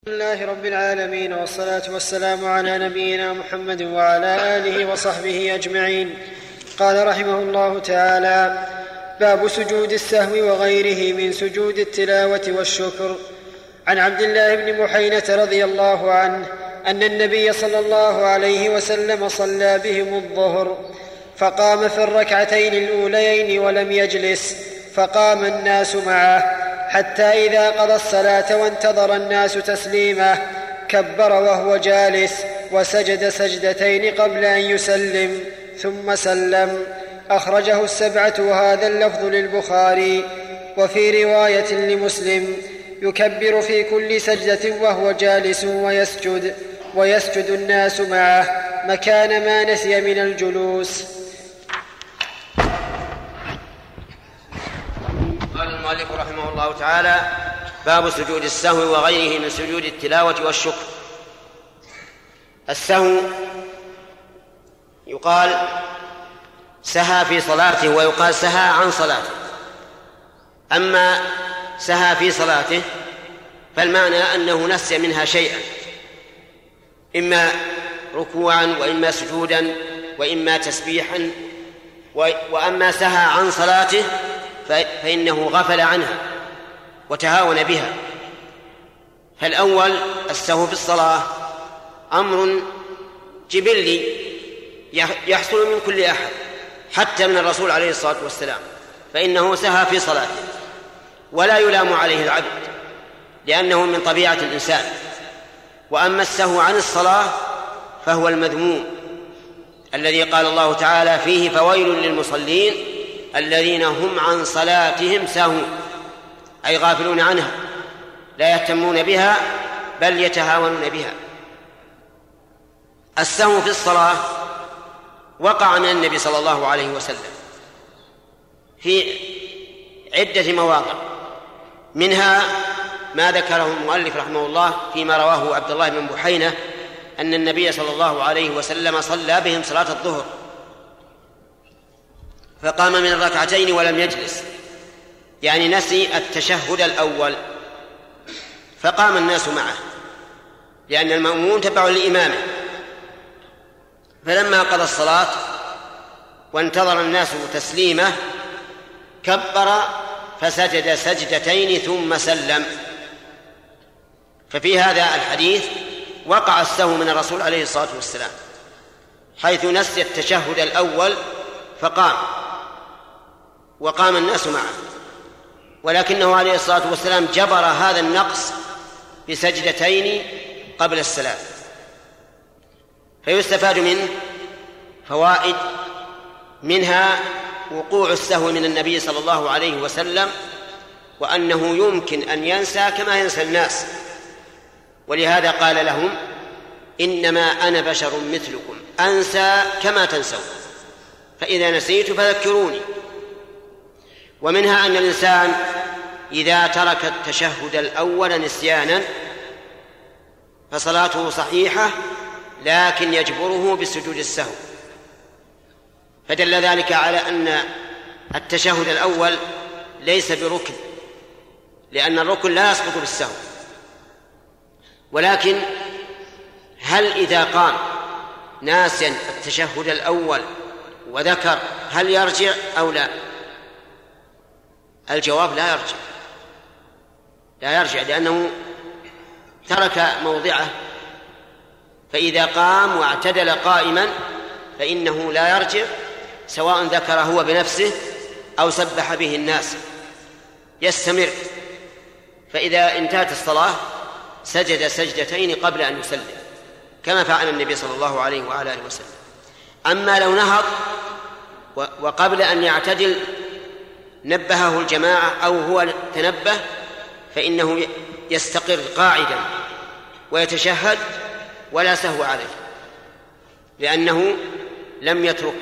الحمد لله رب العالمين، والصلاة والسلام على نبينا محمد وعلى آله وصحبه أجمعين. قال رحمه الله تعالى: باب سجود السهو وغيره من سجود التلاوة والشكر. عن عبد الله بن محينة رضي الله عنه أن النبي صلى الله عليه وسلم صلى بهم الظهر، فقام في الركعتين الأوليين ولم يجلس، فقام الناس معه حتى إذا قضى الصلاة وانتظر الناس تسليمه كبر وهو جالس، وسجد سجدتين قبل أن يسلم ثم سلم. أخرجه السبعة، وهذا اللفظ للبخاري. وفي رواية لمسلم: يكبر في كل سجدة وهو جالس ويسجد الناس معه مكان ما نسي من الجلوس. قال المؤلف رحمه الله تعالى: باب سجود السهو وغيره من سجود التلاوة والشكر. السهو يقال سهى في صلاته، ويقال سهى عن صلاته. أما سهى في صلاته فالمعنى أنه نسي منها شيئا، إما ركوعا وإما سجودا وإما تسبيحا. وأما سهى عن صلاته فإنه غفل عنها وتهاون بها. فالأول السهو في الصلاة أمر جبلي يحصل من كل أحد، حتى من الرسول عليه الصلاة والسلام، فإنه سهى في صلاته ولا يلام عليه العبد، لأنه من طبيعة الإنسان. وأما السهو عن الصلاة فهو المذموم، الذي قال الله تعالى فيه: فويل للمصلين الذين هم عن صلاتهم ساهون، أي غافلون عنها، لا يهتمون بها بل يتهاونون بها. السهو في الصلاة وقع من النبي صلى الله عليه وسلم في عدة مواضع، منها ما ذكره المؤلف رحمه الله فيما رواه عبد الله بن محينة أن النبي صلى الله عليه وسلم صلى بهم صلاة الظهر، فقام من الركعتين ولم يجلس، يعني نسي التشهد الأول، فقام الناس معه، لأن المأموم تبع لإمامه. فلما قضى الصلاة وانتظر الناس تسليمه كبر فسجد سجدتين ثم سلم. ففي هذا الحديث وقع السهو من الرسول عليه الصلاة والسلام، حيث نسي التشهد الأول فقام وقام الناس معه، ولكنه عليه الصلاة والسلام جبر هذا النقص بسجدتين قبل السلام. فيستفاد منه فوائد، منها وقوع السهو من النبي صلى الله عليه وسلم، وأنه يمكن أن ينسى كما ينسى الناس، ولهذا قال لهم: إنما أنا بشر مثلكم أنسى كما تنسون، فإذا نسيت فذكروني. ومنها أن الإنسان إذا ترك التشهد الأول نسيانا فصلاته صحيحة، لكن يجبره بسجود السهو. فدل ذلك على أن التشهد الأول ليس بركن، لأن الركن لا يسقط بالسهو. ولكن هل إذا قام ناسيا التشهد الأول وذكر هل يرجع أو لا؟ الجواب لا يرجع، لأنه ترك موضعه. فإذا قام واعتدل قائما فإنه لا يرجع، سواء ذكر هو بنفسه أو سبح به الناس، يستمر. فإذا انتهت الصلاة سجد سجدتين قبل أن يسلم، كما فعل النبي صلى الله عليه وعلى آله وسلم. أما لو نهض وقبل أن يعتدل نبهه الجماعة أو هو تنبه، فإنه يستقر قاعدا ويتشهد ولا سهو عليه، لأنه لم يترك.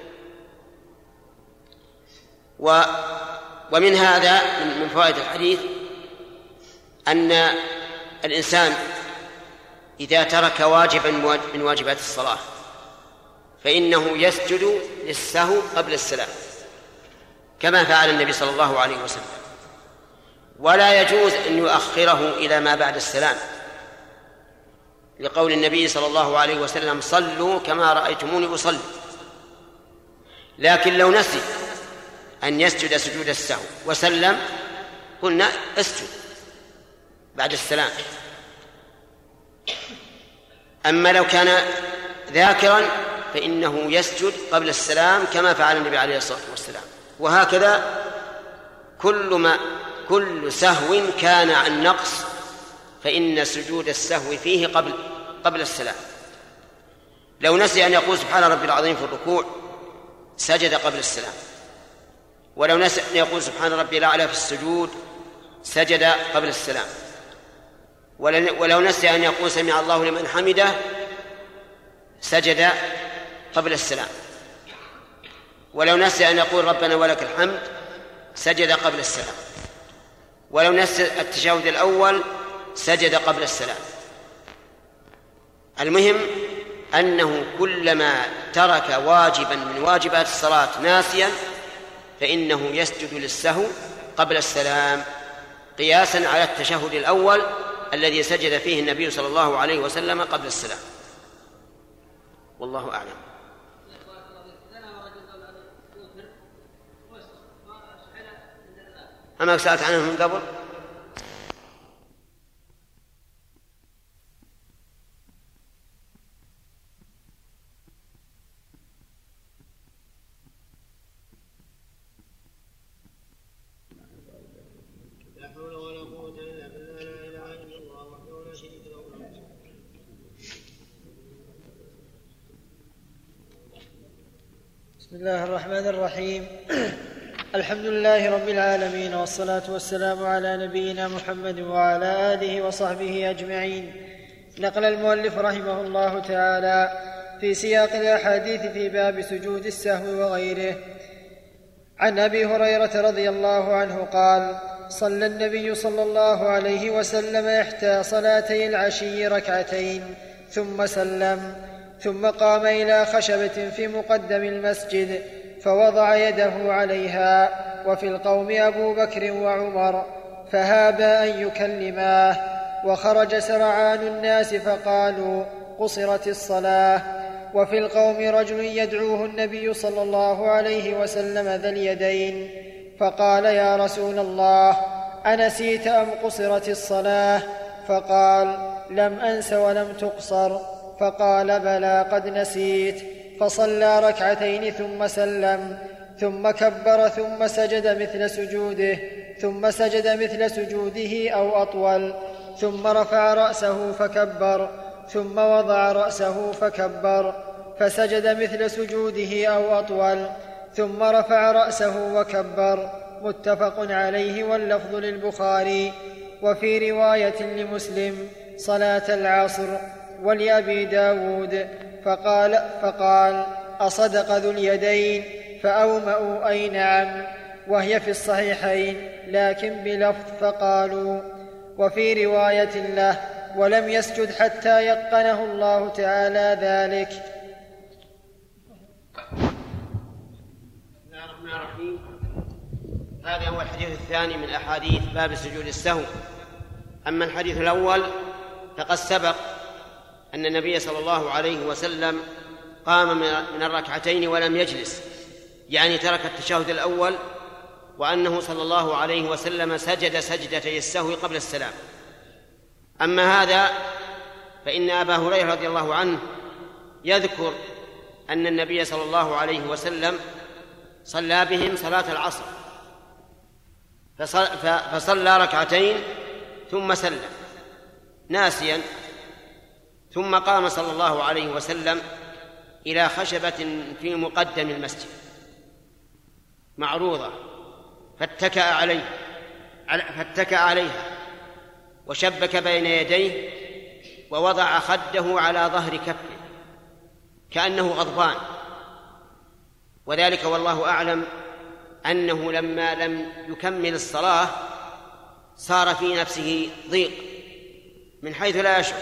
ومن هذا من فوائد الحديث أن الإنسان إذا ترك واجبا من واجبات الصلاة فإنه يسجد للسهو قبل السلام، كما فعل النبي صلى الله عليه وسلم. ولا يجوز أن يؤخره إلى ما بعد السلام، لقول النبي صلى الله عليه وسلم: صلوا كما رأيتموني أصلي. لكن لو نسي أن يسجد سجود السهو وسلم قلنا اسجد بعد السلام. أما لو كان ذاكرا فإنه يسجد قبل السلام كما فعل النبي عليه الصلاة والسلام. وهكذا كل سهو كان عن نقص فإن سجود السهو فيه قبل السلام. لو نسي أن يقول سبحان ربي العظيم في الركوع سجد قبل السلام، ولو نسي أن يقول سبحان ربي الأعلى في السجود سجد قبل السلام، ولو نسي أن يقول سمع الله لمن حمده سجد قبل السلام، ولو نسي أن يقول ربنا ولك الحمد سجد قبل السلام، ولو نسي التشهد الأول سجد قبل السلام. المهم أنه كلما ترك واجبا من واجبات الصلاة ناسيا فإنه يسجد للسهو قبل السلام، قياسا على التشهد الأول الذي سجد فيه النبي صلى الله عليه وسلم قبل السلام. والله أعلم. أما سألت عنه من قبل؟ بسم الله الرحمن الرحيم. الحمد لله رب العالمين، والصلاة والسلام على نبينا محمد وعلى آله وصحبه أجمعين. نقل المؤلف رحمه الله تعالى في سياق الأحاديث في باب سجود السهو وغيره عن أبي هريرة رضي الله عنه قال: صلى النبي صلى الله عليه وسلم إحدى صلاتي العشي ركعتين ثم سلم، ثم قام إلى خشبة في مقدم المسجد فوضع يده عليها، وفي القوم أبو بكر وعمر، فهابا أن يكلماه، وخرج سرعان الناس فقالوا: قصرت الصلاة. وفي القوم رجل يدعوه النبي صلى الله عليه وسلم ذا اليدين، فقال: يا رسول الله، أنسيت أم قصرت الصلاة؟ فقال: لم أنس ولم تقصر. فقال: بلى قد نسيت. فصلى ركعتين ثم سلم، ثم كبر، ثم سجد مثل سجوده، ثم سجد مثل سجوده أو أطول، ثم رفع رأسه فكبر، ثم وضع رأسه فكبر، فسجد مثل سجوده أو أطول، ثم رفع رأسه وكبر. متفق عليه، واللفظ للبخاري. وفي رواية لمسلم: صلاة العصر. ولأبي داود: فقال: أصدق ذو اليدين؟ فأومأوا: أي نعم. وهي في الصحيحين لكن بلفظ فقالوا. وفي رواية له: ولم يسجد حتى يقنه الله تعالى ذلك. بسم الله الرحمن الرحيم. هذا هو الحديث الثاني من أحاديث باب سجود السهو. أما الحديث الأول فقد سبق أن النبي صلى الله عليه وسلم قام من الركعتين ولم يجلس، يعني ترك التشهد الأول، وأنه صلى الله عليه وسلم سجد سجدتي السهو قبل السلام. أما هذا فإن أبا هريرة رضي الله عنه يذكر أن النبي صلى الله عليه وسلم صلى بهم صلاة العصر، فصلى ركعتين ثم سلم ناسيا، ثم قام صلى الله عليه وسلم إلى خشبة في مقدم المسجد معروضة، فاتكأ عليها وشبك بين يديه ووضع خده على ظهر كفه كأنه غضبان، وذلك والله أعلم أنه لما لم يكمل الصلاة صار في نفسه ضيق من حيث لا يشعر.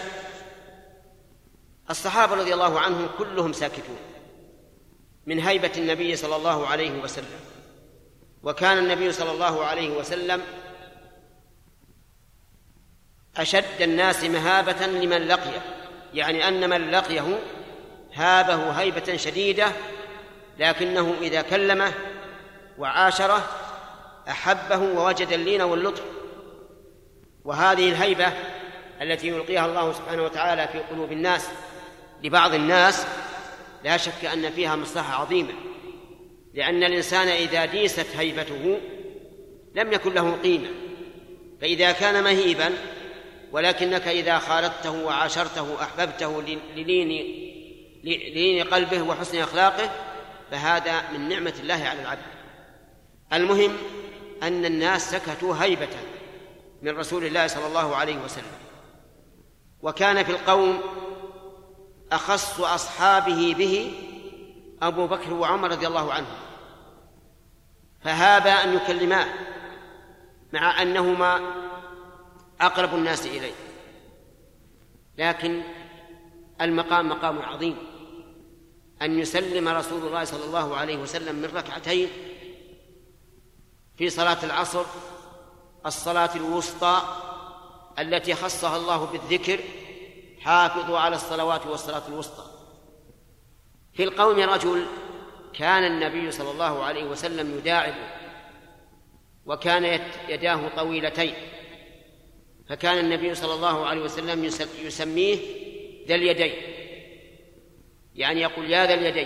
الصحابة رضي الله عنهم كلهم ساكتون من هيبة النبي صلى الله عليه وسلم، وكان النبي صلى الله عليه وسلم أشد الناس مهابة لمن لقيه يعني أن من لقيه هابه هيبة شديدة، لكنه إذا كلمه وعاشره أحبه ووجد اللين واللطف. وهذه الهيبة التي يلقيها الله سبحانه وتعالى في قلوب الناس لبعض الناس لا شك أن فيها مصلحة عظيمة، لأن الإنسان إذا ديست هيبته لم يكن له قيمة. فإذا كان مهيبا ولكنك إذا خالطته وعاشرته أحببته للين قلبه وحسن أخلاقه، فهذا من نعمة الله على العبد. المهم أن الناس سكتوا هيبة من رسول الله صلى الله عليه وسلم. وكان في القوم أخص أصحابه به أبو بكر وعمر رضي الله عنهم، فهابا أن يكلماه مع أنهما أقرب الناس إليه. لكن المقام مقام عظيم، أن يسلم رسول الله صلى الله عليه وسلم من ركعتين في صلاة العصر، الصلاة الوسطى التي خصها الله بالذكر: حافظوا على الصلوات والصلاة الوسطى. في القوم رجل كان النبي صلى الله عليه وسلم يداعبه، وكان يداه طويلتين، فكان النبي صلى الله عليه وسلم يسميه ذا اليدين، يعني يقول: يا ذا اليدين،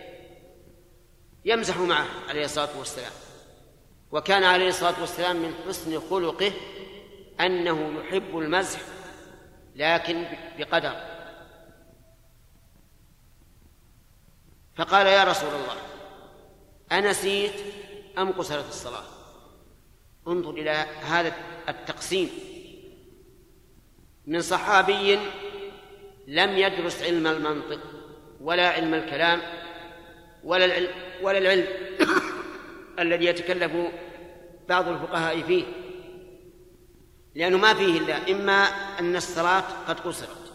يمزح معه عليه الصلاة والسلام. وكان عليه الصلاة والسلام من حسن خلقه أنه يحب المزح لكن بقدر. فقال: يا رسول الله، أنسيت أم قصرت الصلاة؟ انظر إلى هذا التقسيم من صحابي لم يدرس علم المنطق ولا علم الكلام ولا العلم الذي يتكلف بعض الفقهاء فيه، لأنه ما فيه إلا إما أن الصلاة قد قصرت،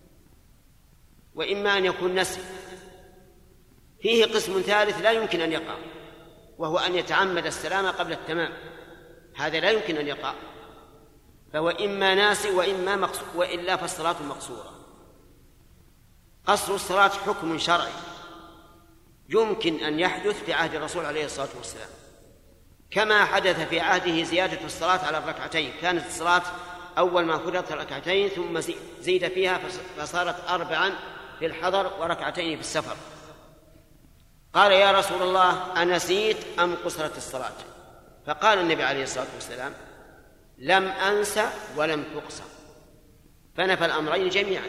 وإما أن يكون نسي. فيه قسم ثالث لا يمكن أن يقع، وهو أن يتعمد السلام قبل التمام، هذا لا يمكن أن يقع، فهو إما ناسي وإما مقصور، وإلا فالصلاة مقصورة. قصر الصلاة حكم شرعي يمكن أن يحدث في عهد الرسول عليه الصلاة والسلام، كما حدث في عهده زيادة الصلاة على الركعتين. كانت الصلاة أول ما فرضت ركعتين ثم زيد فيها فصارت 4 في الحضر وركعتين في السفر. قال: يا رسول الله، أنسيت أم قصرت الصلاة؟ فقال النبي عليه الصلاة والسلام: لم أنس ولم تقصر، فنفى الأمرين جميعا.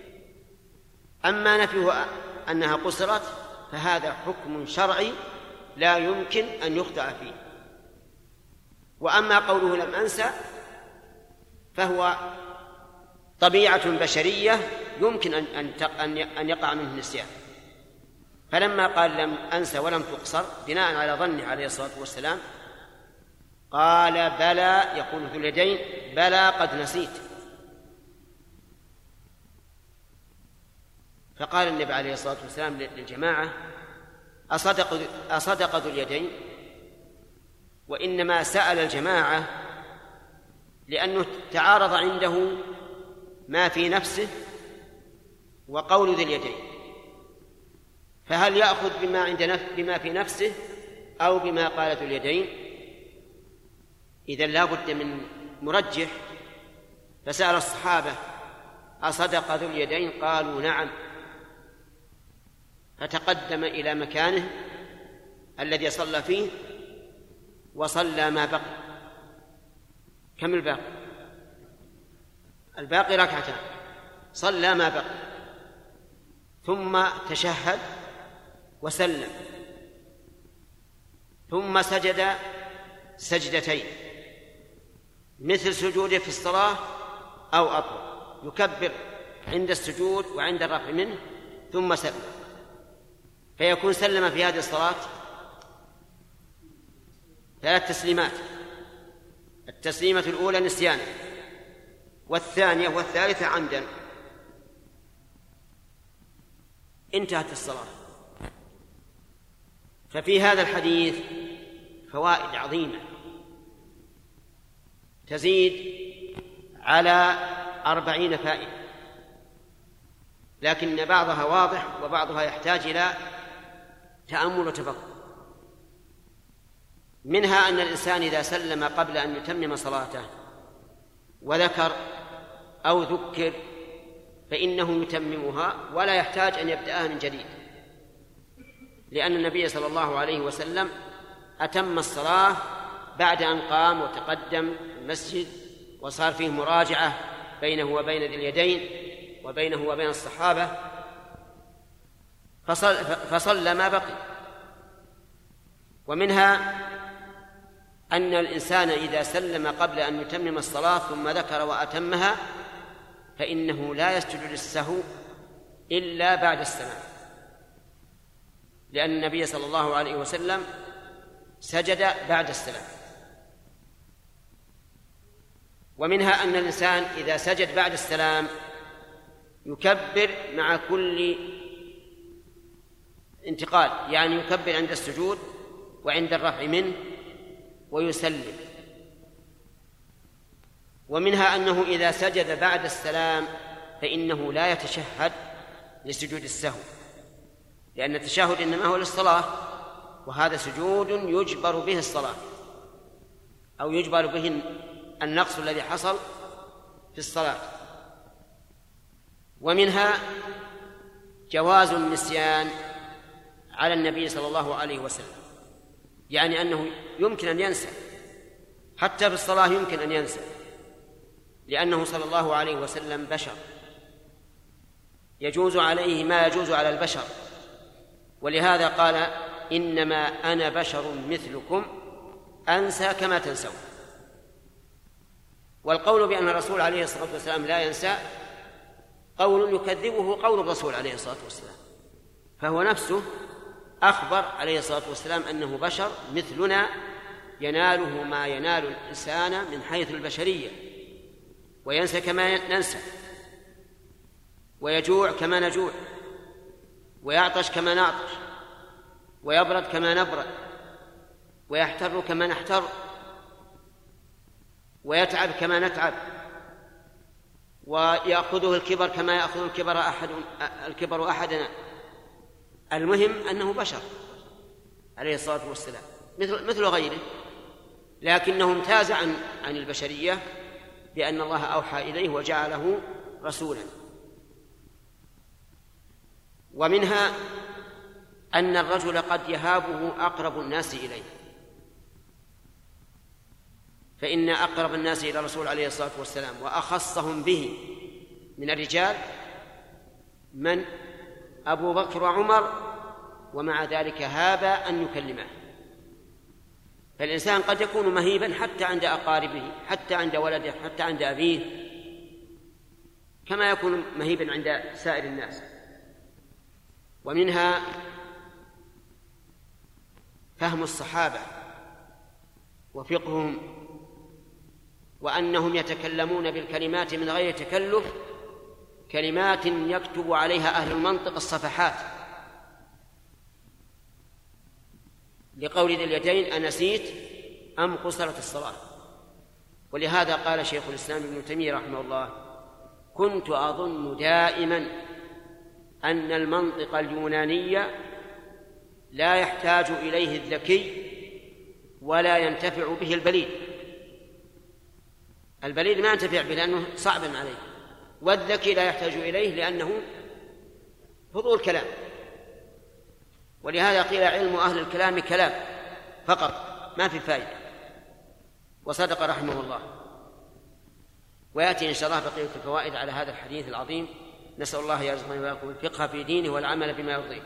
أما نفيه أنها قصرت فهذا حكم شرعي لا يمكن أن يخدع فيه. وأما قوله لم أنسى فهو طبيعة بشرية يمكن أن يقع منه النسيان. فلما قال لم أنسى ولم تقصر بناء على ظنه عليه الصلاة والسلام، قال: بلى، يقول ذو اليدين: بلى قد نسيت. فقال النبي عليه الصلاة والسلام للجماعة: أصدق ذو اليدين؟ وإنما سأل الجماعة لأنه تعارض عنده ما في نفسه وقول ذي اليدين، فهل يأخذ بما في نفسه أو بما قال ذو اليدين؟ إذن لا بد من مرجح. فسأل الصحابة: أصدق ذو اليدين؟ قالوا: نعم. فتقدم إلى مكانه الذي صلى فيه وصلى ما بقي. كم الباقي؟ الباقي ركعتان، صلى ما بقي، ثم تشهد وسلم، ثم سجد سجدتين مثل سجوده في الصلاة أو أطول، يكبر عند السجود وعند الرفع منه ثم سلم، فيكون سلم في هذه الصلاة 3 تسليمات: التسليمة الأولى نسيانا، والثانية والثالثة عمدا. انتهت الصلاة. ففي هذا الحديث فوائد عظيمة تزيد على 40 فائدة. لكن بعضها واضح وبعضها يحتاج إلى تأمل وتفكر. منها أن الإنسان إذا سلم قبل أن يتمم صلاته وذكر أو ذكر فإنه يتممها ولا يحتاج أن يبدأها من جديد، لأن النبي صلى الله عليه وسلم أتم الصلاة بعد أن قام وتقدم المسجد وصار فيه مراجعة بينه وبين ذي اليدين وبينه وبين الصحابة، فصلى ما بقي. ومنها أن الإنسان إذا سلم قبل أن يتمم الصلاة ثم ذكر وأتمها فإنه لا يسجد للسهو إلا بعد السلام، لأن النبي صلى الله عليه وسلم سجد بعد السلام. ومنها أن الإنسان إذا سجد بعد السلام يكبر مع كل انتقال، يعني يكبر عند السجود وعند الرفع منه ويسلم. ومنها أنه إذا سجد بعد السلام فإنه لا يتشهد لسجود السهو، لأن التشهد إنما هو للصلاة، وهذا سجود يجبر به الصلاة أو يجبر به النقص الذي حصل في الصلاة. ومنها جواز النسيان على النبي صلى الله عليه وسلم، يعني أنه يمكن أن ينسى حتى في الصلاة، يمكن أن ينسى، لأنه صلى الله عليه وسلم بشر يجوز عليه ما يجوز على البشر، ولهذا قال إنما أنا بشر مثلكم أنسى كما تنسون. والقول بأن الرسول عليه الصلاة والسلام لا ينسى قول يكذبه قول الرسول عليه الصلاة والسلام، فهو نفسه أخبر عليه الصلاة والسلام أنه بشر مثلنا يناله ما ينال الإنسان من حيث البشرية، وينسى كما ننسى، ويجوع كما نجوع، ويعطش كما نعطش، ويبرد كما نبرد، ويحتر كما نحتر، ويتعب كما نتعب، ويأخذه الكبر كما يأخذ الكبر أحدنا. المهم أنه بشر عليه الصلاة والسلام مثل غيره، لكنه امتاز عن البشرية بأن الله أوحى إليه وجعله رسولا. ومنها أن الرجل قد يهابه أقرب الناس إليه، فإن أقرب الناس إلى الرسول عليه الصلاة والسلام وأخصهم به من الرجال من أبو بكر وعمر، ومع ذلك هاب أن يكلمه. فالإنسان قد يكون مهيبا حتى عند أقاربه، حتى عند ولده، حتى عند أبيه، كما يكون مهيبا عند سائر الناس. ومنها فهم الصحابة وفقههم، وأنهم يتكلمون بالكلمات من غير تكلف، كلمات يكتب عليها أهل المنطق الصفحات، لقول ذي اليدين أنسيت أم قصرت الصلاة. ولهذا قال شيخ الإسلام ابن تيمية رحمه الله: كنت أظن دائما أن المنطق اليوناني لا يحتاج إليه الذكي ولا ينتفع به البليد. البليد ما ينتفع به لأنه صعب عليه، والذكي لا يحتاج إليه لأنه فضول كلام. ولهذا قيل علم أهل الكلام كلام فقط ما في فائدة، وصدق رحمه الله. ويأتي إن شاء الله بقية الفوائد على هذا الحديث العظيم. نسأل الله يرزقنا وإياكم الفقه في دينه والعمل بما يرضيه.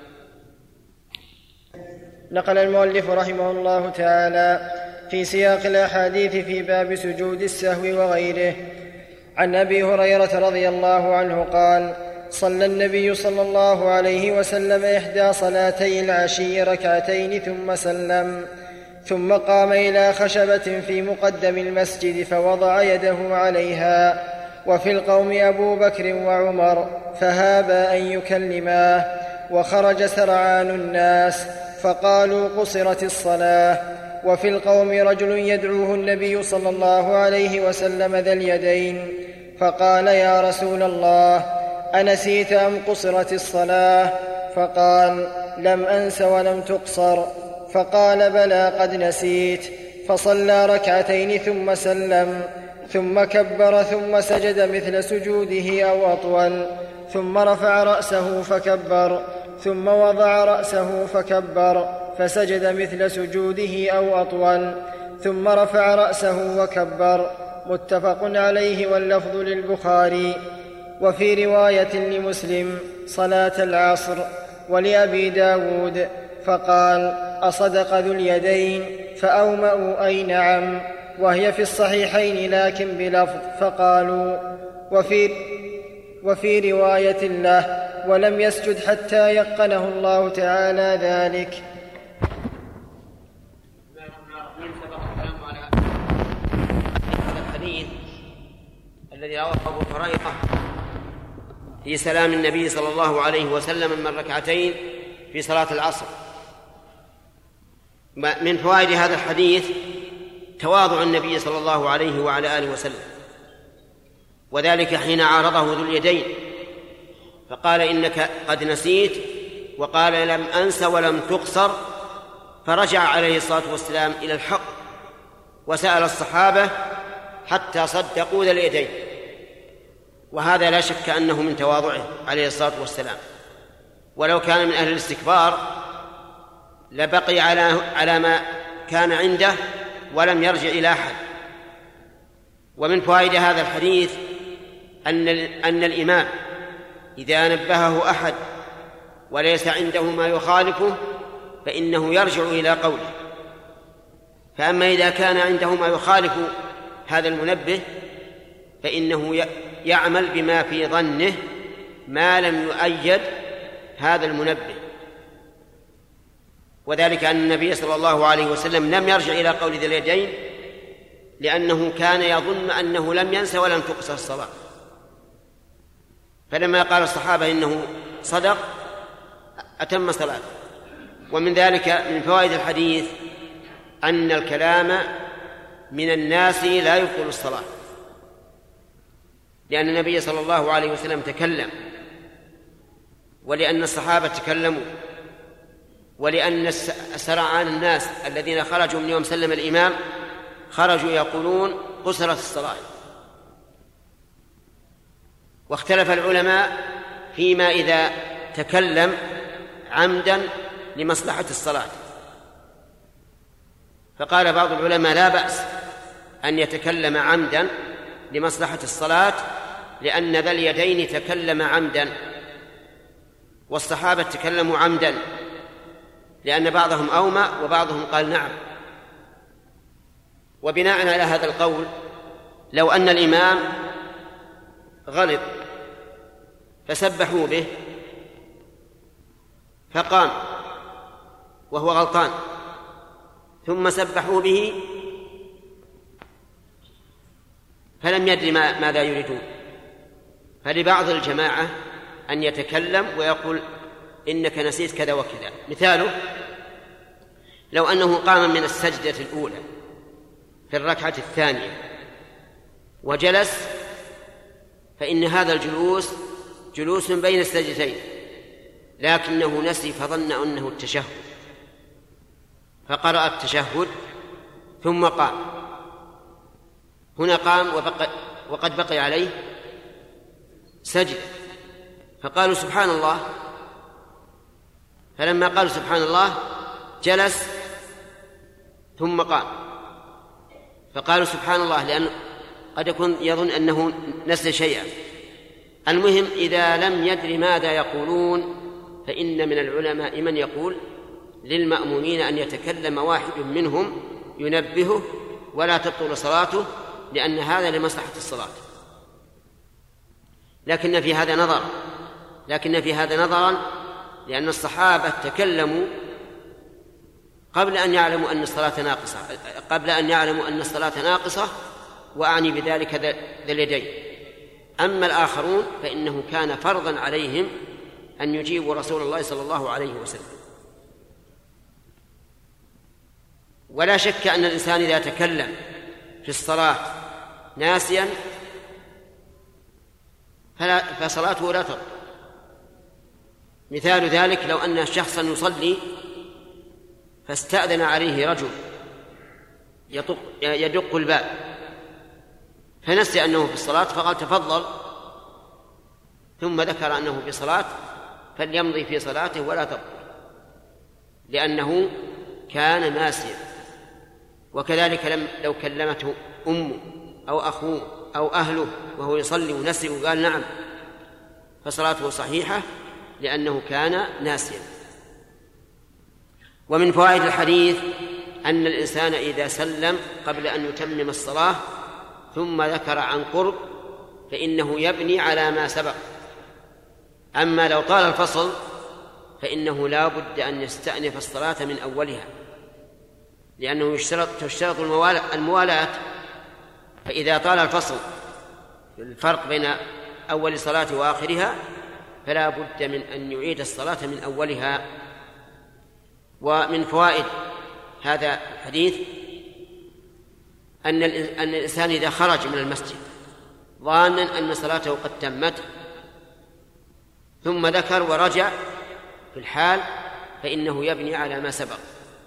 نقل المؤلف رحمه الله تعالى في سياق الأحاديث في باب سجود السهو وغيره عن أبي هريرة رضي الله عنه قال: صلى النبي صلى الله عليه وسلم إحدى صلاتي العشي ركعتين ثم سلم، ثم قام إلى خشبة في مقدم المسجد فوضع يده عليها، وفي القوم أبو بكر وعمر فهابا أن يكلماه، وخرج سرعان الناس فقالوا قصرت الصلاة. وفي القوم رجل يدعوه النبي صلى الله عليه وسلم ذا اليدين، فقال: يا رسول الله، أنسيت أم قصرت الصلاة؟ فقال: لم أنس ولم تقصر. فقال: بلى قد نسيت. فصلى ركعتين ثم سلم، ثم كبر، ثم سجد مثل سجوده أو أطول، ثم رفع رأسه فكبر، ثم وضع رأسه فكبر، فسجد مثل سجوده أو أطول، ثم رفع رأسه وكبر. متفق عليه واللفظ للبخاري. وفي رواية لمسلم: صلاة العصر. ولأبي داود: فقال: أصدق ذو اليدين؟ فأومأوا: أي نعم. وهي في الصحيحين لكن بلفظ فقالوا. وفي رواية له: ولم يسجد حتى يقنه الله تعالى ذلك. الحديث الذي رواه أبو هريرة في سلام النبي صلى الله عليه وسلم من ركعتين في صلاة العصر. من فوائد هذا الحديث تواضع النبي صلى الله عليه وعلى آله وسلم، وذلك حين عارضه ذو اليدين فقال: إنك قد نسيت، وقال: لم أنس ولم تقصر. فرجع عليه الصلاة والسلام إلى الحق وسأل الصحابة حتى صدقوا ذا اليدين، وهذا لا شك أنه من تواضعه عليه الصلاة والسلام. ولو كان من أهل الاستكبار لبقي على ما كان عنده ولم يرجع إلى أحد. ومن فوائد هذا الحديث أن الإمام إذا نبهه أحد وليس عنده ما يخالفه فإنه يرجع إلى قوله. فأما إذا كان عنده ما يخالف هذا المنبه فإنه يعمل بما في ظنه ما لم يؤيد هذا المنبه. وذلك أن النبي صلى الله عليه وسلم لم يرجع إلى قول ذي اليدين لأنه كان يظن أنه لم ينس ولم تقصر الصلاة، فلما قال الصحابة إنه صدق أتم صلاته. ومن ذلك من فوائد الحديث أن الكلام من الناس لا يبطل الصلاة، لأن النبي صلى الله عليه وسلم تكلم، ولأن الصحابة تكلموا، ولأن سرعان الناس الذين خرجوا من يوم سلم الإمام خرجوا يقولون قصرت الصلاة. واختلف العلماء فيما إذا تكلم عمدا لمصلحة الصلاة، فقال بعض العلماء لا بأس أن يتكلم عمدا لمصلحة الصلاة، لأن ذا اليدين تكلم عمدا والصحابة تكلموا عمدا، لأن بعضهم أومأ وبعضهم قال نعم. وبناء على هذا القول لو أن الإمام غلط فسبحوا به فقام وهو غلطان ثم سبحوا به فلم يدري ماذا يريدون، فلبعض الجماعة أن يتكلم ويقول إنك نسيت كذا وكذا. مثاله لو أنه قام من السجدة الأولى في الركعة الثانية وجلس، فإن هذا الجلوس جلوس بين السجدتين، لكنه نسي فظن أنه التشهد فقرأ التشهد ثم قام. هنا قام وقد بقي عليه سجد، فقالوا سبحان الله، فلما قالوا سبحان الله جلس ثم قام، فقالوا سبحان الله لأنه قد يكون يظن أنه نسي شيئا. المهم إذا لم يدر ماذا يقولون فإن من العلماء من يقول للمأمومين أن يتكلم واحد منهم ينبهه ولا تبطل صلاته، لأن هذا لمصلحة الصلاة. لكن في هذا نظرا لأن الصحابة تكلموا قبل أن يعلموا أن الصلاة ناقصة، وأعني بذلك ذا اليدين. أما الآخرون فإنه كان فرضا عليهم أن يجيبوا رسول الله صلى الله عليه وسلم. ولا شك أن الإنسان إذا تكلم في الصلاة ناسيا فصلاته لا تبطل. مثال ذلك لو أن شخصا يصلي فاستأذن عليه رجل يدق الباب فنسي أنه في الصلاة فقال تفضل، ثم ذكر أنه في صلاة، فليمضي في صلاته ولا تبطل، لأنه كان ناسيا. وكذلك لو كلمته أمه أو أخوه أو أهله وهو يصلي ونسي وقال نعم، فصلاته صحيحة لأنه كان ناسيا. ومن فوائد الحديث أن الإنسان إذا سلم قبل أن يتمم الصلاة ثم ذكر عن قرب فإنه يبني على ما سبق. أما لو طال الفصل فإنه لا بد أن يستأنف الصلاة من أولها، لأنه تشترط الموالاة. فإذا طال الفصل الفرق بين أول صلاة وآخرها فلا بد من أن يعيد الصلاة من أولها. ومن فوائد هذا الحديث أن الإنسان إذا خرج من المسجد ظانا أن صلاته قد تمت ثم ذكر ورجع في الحال فإنه يبني على ما سبق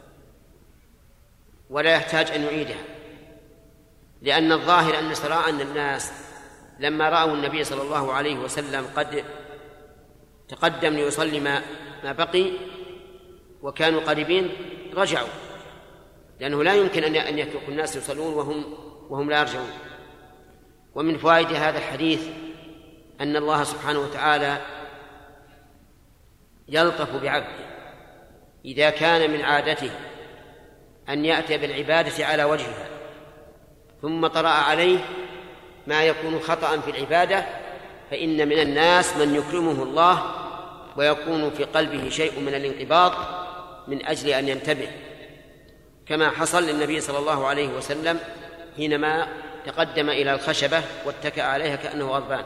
ولا يحتاج أن يعيدها، لأن الظاهر أن الناس لما رأوا النبي صلى الله عليه وسلم قد تقدم ليصلي ما بقي وكانوا قريبين رجعوا، لأنه لا يمكن أن يترك الناس يصلون وهم لا يرجعون. ومن فوائد هذا الحديث أن الله سبحانه وتعالى يلطف بعبده إذا كان من عادته أن يأتي بالعبادة على وجهها ثم طرأ عليه ما يكون خطأ في العبادة، فإن من الناس من يكرمه الله ويكون في قلبه شيء من الانقباض من أجل أن ينتبه، كما حصل للنبي صلى الله عليه وسلم حينما تقدم إلى الخشبة واتكأ عليها كأنه غضبان.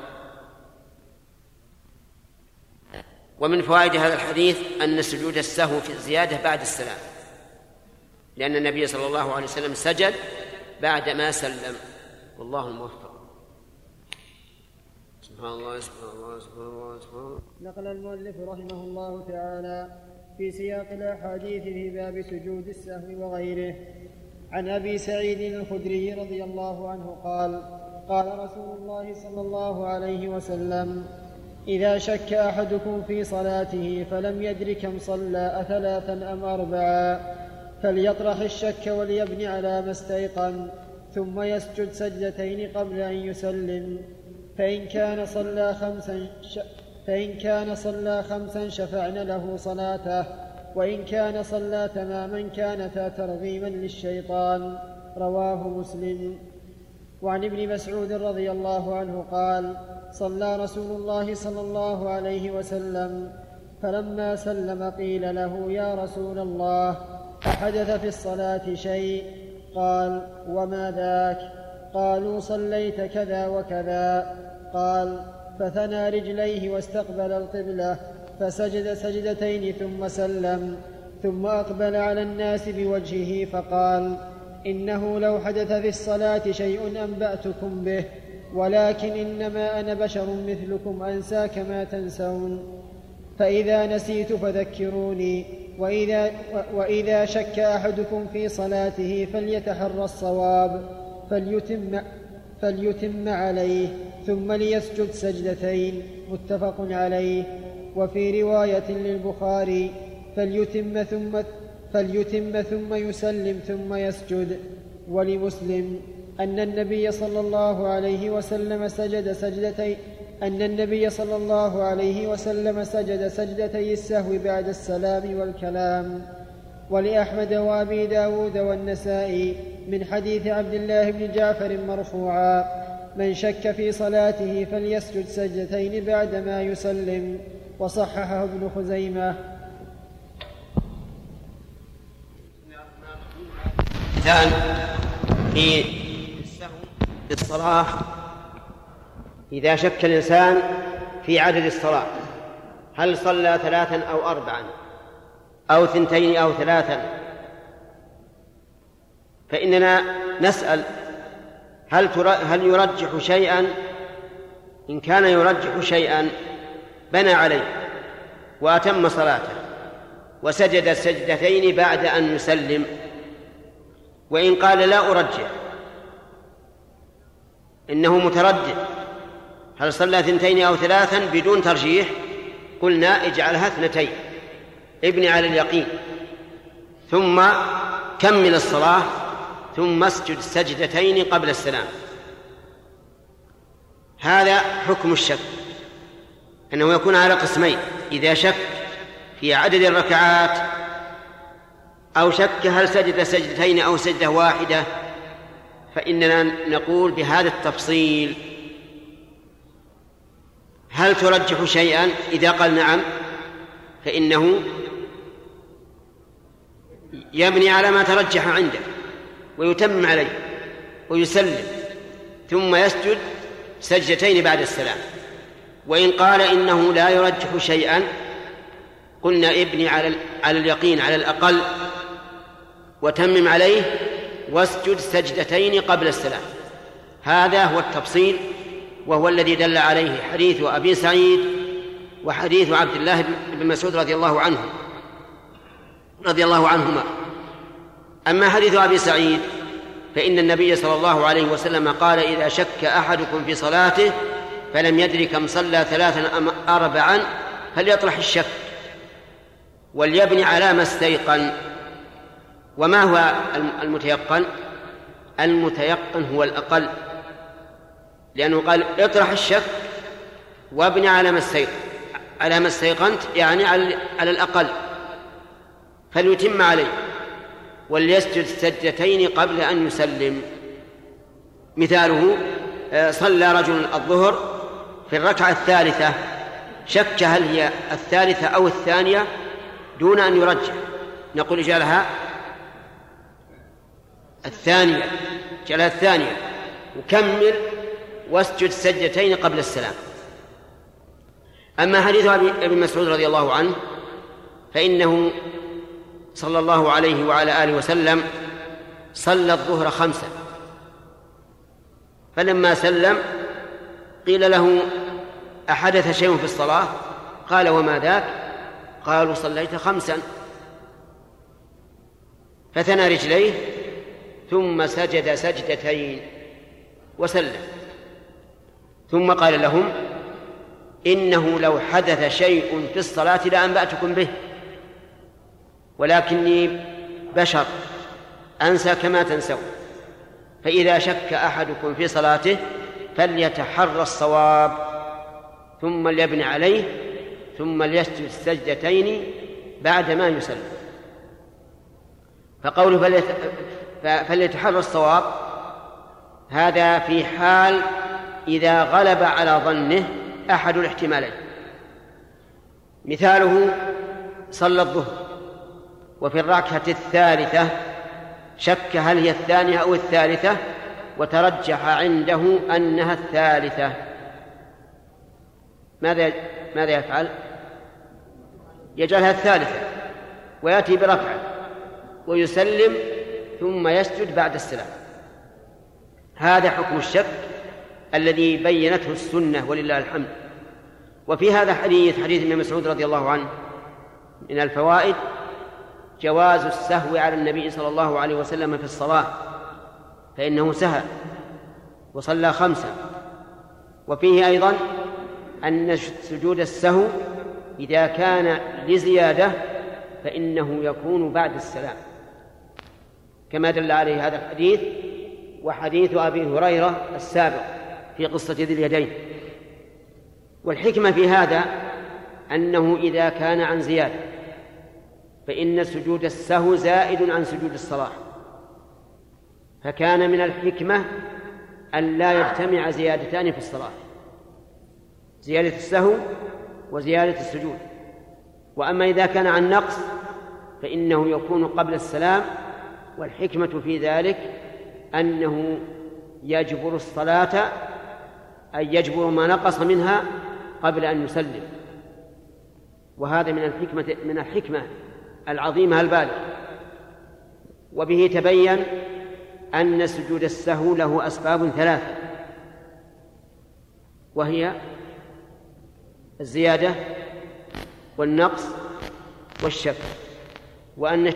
ومن فوائد هذا الحديث أن سجود السهو في الزيادة بعد السلام، لأن النبي صلى الله عليه وسلم سجد بعد ما سلم، والله الموفق. سبحان الله سبحان الله سبحان الله سبحان الله. نقل المؤلف رحمه الله تعالى في سياق الأحاديث في باب سجود السهو وغيره عن أبي سعيد الخدري رضي الله عنه قال: قال رسول الله صلى الله عليه وسلم: إذا شك أحدكم في صلاته فلم يدر كم صلى أثلاثا أم أربعا فليطرح الشك وليبني على ما استيقن ثم يسجد سجدتين قبل أن يسلم، فإن كان صلى خمسا شفعن له صلاته، وإن كان صلى تماما كانتا ترغيما للشيطان. رواه مسلم. وعن ابن مسعود رضي الله عنه قال: صلى رسول الله صلى الله عليه وسلم فلما سلم قيل له: يا رسول الله، أحدث في الصلاة شيء؟ قال: وما ذاك؟ قالوا: صليت كذا وكذا. قال: فثنى رجليه واستقبل القبلة فسجد سجدتين ثم سلم، ثم أقبل على الناس بوجهه فقال: إنه لو حدث في الصلاة شيء أنبأتكم به، ولكن إنما أنا بشر مثلكم أنسى كما تنسون، فإذا نسيت فذكروني، وإذا شك أحدكم في صلاته فليتحرى الصواب فليتم عليه ثم ليسجد سجدتين. متفق عليه. وفي رواية للبخاري: فليتم ثم يسلم ثم يسجد. ولمسلم أن النبي صلى الله عليه وسلم سجد سجدتي السهو بعد السلام والكلام. ولأحمد وأبي داود والنسائي من حديث عبد الله بن جعفر مرفوعا: من شك في صلاته فليسجد سجدتين بعدما يسلم. وصححه ابن خزيمة. مثال في السهو في الصلاة: إذا شك الإنسان في عدد الصلاة هل صلى 3 أو 4 أو 2 أو 3، فإننا نسأل: هل يرجح شيئا إن كان يرجح شيئا بنى عليه وأتم صلاته وسجد سجدتين بعد أن يسلم. وإن قال لا أرجح إنه متردد هل صلى 2 أو 3 بدون ترجيح، قلنا اجعلها 2، ابني على اليقين، ثم كمل الصلاة، ثم اسجد سجدتين قبل السلام. هذا حكم الشك، أنه يكون على قسمين: إذا شك في عدد الركعات، أو شك هل سجد سجدتين أو سجدة واحدة، فإننا نقول بهذا التفصيل: هل ترجح شيئا؟ إذا قال نعم فإنه يبني على ما ترجح عنده ويتمم عليه ويسلم، ثم يسجد سجدتين بعد السلام. وإن قال إنه لا يرجح شيئا، قلنا ابني على اليقين على الأقل وتمم عليه واسجد سجدتين قبل السلام. هذا هو التفصيل، وهو الذي دل عليه حديث أبي سعيد وحديث عبد الله بن مسعود رضي الله عنهما. أما حديث أبي سعيد فإن النبي صلى الله عليه وسلم قال: إذا شك أحدكم في صلاته فلم يدري كم صلى 3 أم 4 فليطرح الشك وليبني على ما استيقن. وما هو المتيقن؟ المتيقن هو الأقل، لأنه قال: اطرح الشك وابني على ما استيقنت، يعني على الأقل، فليتم عليه وليسجد سجدتين قبل أن يسلم. مثاله: صلى رجل الظهر في الركعة الثالثة، شك هل هي 3 أو 2 دون أن يرجح، نقول اجعلها 2 وكمل واسجد سجدتين قبل السلام. أما حديث ابن مسعود رضي الله عنه فإنه صلى الله عليه وعلى آله وسلم صلى الظهر 5، فلما سلم قيل له: أحدث شيء في الصلاة؟ قال: وما ذاك؟ قالوا: صليت 5. فثنى رجليه ثم سجد سجدتين وسلم، ثم قال لهم: إنه لو حدث شيء في الصلاة لأنبأتكم به، ولكني بشر أنسى كما تنسون، فإذا شك أحدكم في صلاته فليتحرى الصواب ثم ليبني عليه ثم ليسجد السجدتين بعد ما يسلم. فقوله فليتحرى الصواب هذا في حال إذا غلب على ظنه أحد الاحتمالين. مثاله: صلى الظهر وفي الركعة الثالثة شك هل هي 2 أو 3، وترجح عنده أنها 3. ماذا يفعل؟ يجعلها 3 ويأتي بركعة ويسلم ثم يسجد بعد السلام. هذا حكم الشك الذي بينته السنة ولله الحمد. وفي هذا حديث ابن مسعود رضي الله عنه من الفوائد جواز السهو على النبي صلى الله عليه وسلم في الصلاة، فإنه سهى وصلى 5. وفيه أيضا أن سجود السهو إذا كان لزيادة فإنه يكون بعد السلام، كما دل عليه هذا الحديث وحديث أبي هريرة السابق في قصة ذي اليدين. والحكمة في هذا أنه إذا كان عن زيادة فإن سجود السهو زائد عن سجود الصلاة، فكان من الحكمة أن لا يجتمع زيادتان في الصلاة: زيادة السهو وزيادة السجود. وأما إذا كان عن نقص فإنه يكون قبل السلام، والحكمة في ذلك أنه يجبر الصلاة، أي يجبر ما نقص منها قبل أن يسلم. وهذا من الحكمة العظيمة البالغة. وبه تبين أن سجود السهو له أسباب 3: وهي الزيادة والنقص والشك، وأن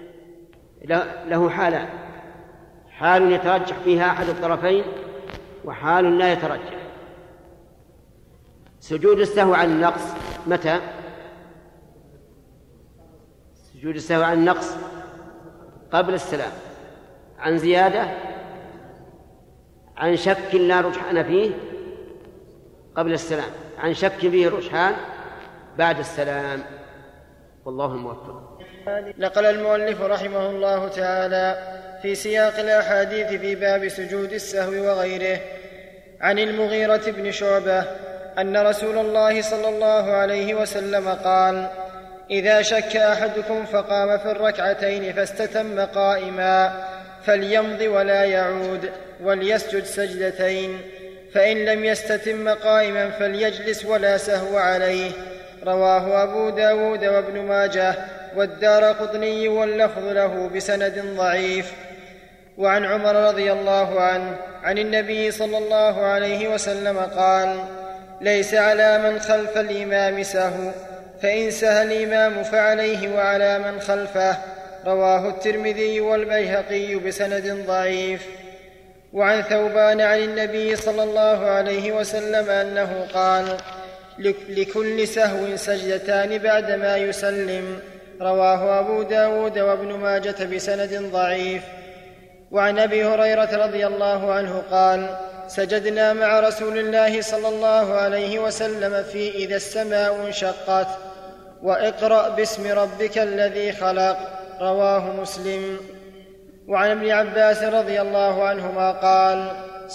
له حالان: حال يترجح فيها أحد الطرفين، وحال لا يترجح. سجود السهو عن النقص متى؟ سجود السهو عن النقص قبل السلام، عن زيادة، عن شك لا رجحان فيه قبل السلام، عن شك فيه رجحان بعد السلام، والله الموفق. نقل المؤلف رحمه الله تعالى في سياق الأحاديث في باب سجود السهو وغيره عن المغيرة بن شعبة أن رسول الله صلى الله عليه وسلم قال: إذا شك أحدكم فقام في الركعتين فاستتم قائما فليمض ولا يعود وليسجد سجدتين، فإن لم يستتم قائما فليجلس ولا سهو عليه. رواه أبو داود وابن ماجه والدارقطني واللفظ له بسند ضعيف. وعن عمر رضي الله عنه عن النبي صلى الله عليه وسلم قال: ليس على من خلف الإمام سهو، فإن سهى الإمام فعليه وعلى من خلفه. رواه الترمذي والبيهقي بسند ضعيف. وعن ثوبان عن النبي صلى الله عليه وسلم أنه قال: لكل سهو سجدتان بعدما يسلم. رواه أبو داود وابن ماجة بسند ضعيف. وعن أبي هريرة رضي الله عنه قال: سجدنا مع رسول الله صلى الله عليه وسلم في إذا السماء انشقت واقرأ باسم ربك الذي خلق. رواه مسلم. وعن ابن عباس رضي الله عنهما قال: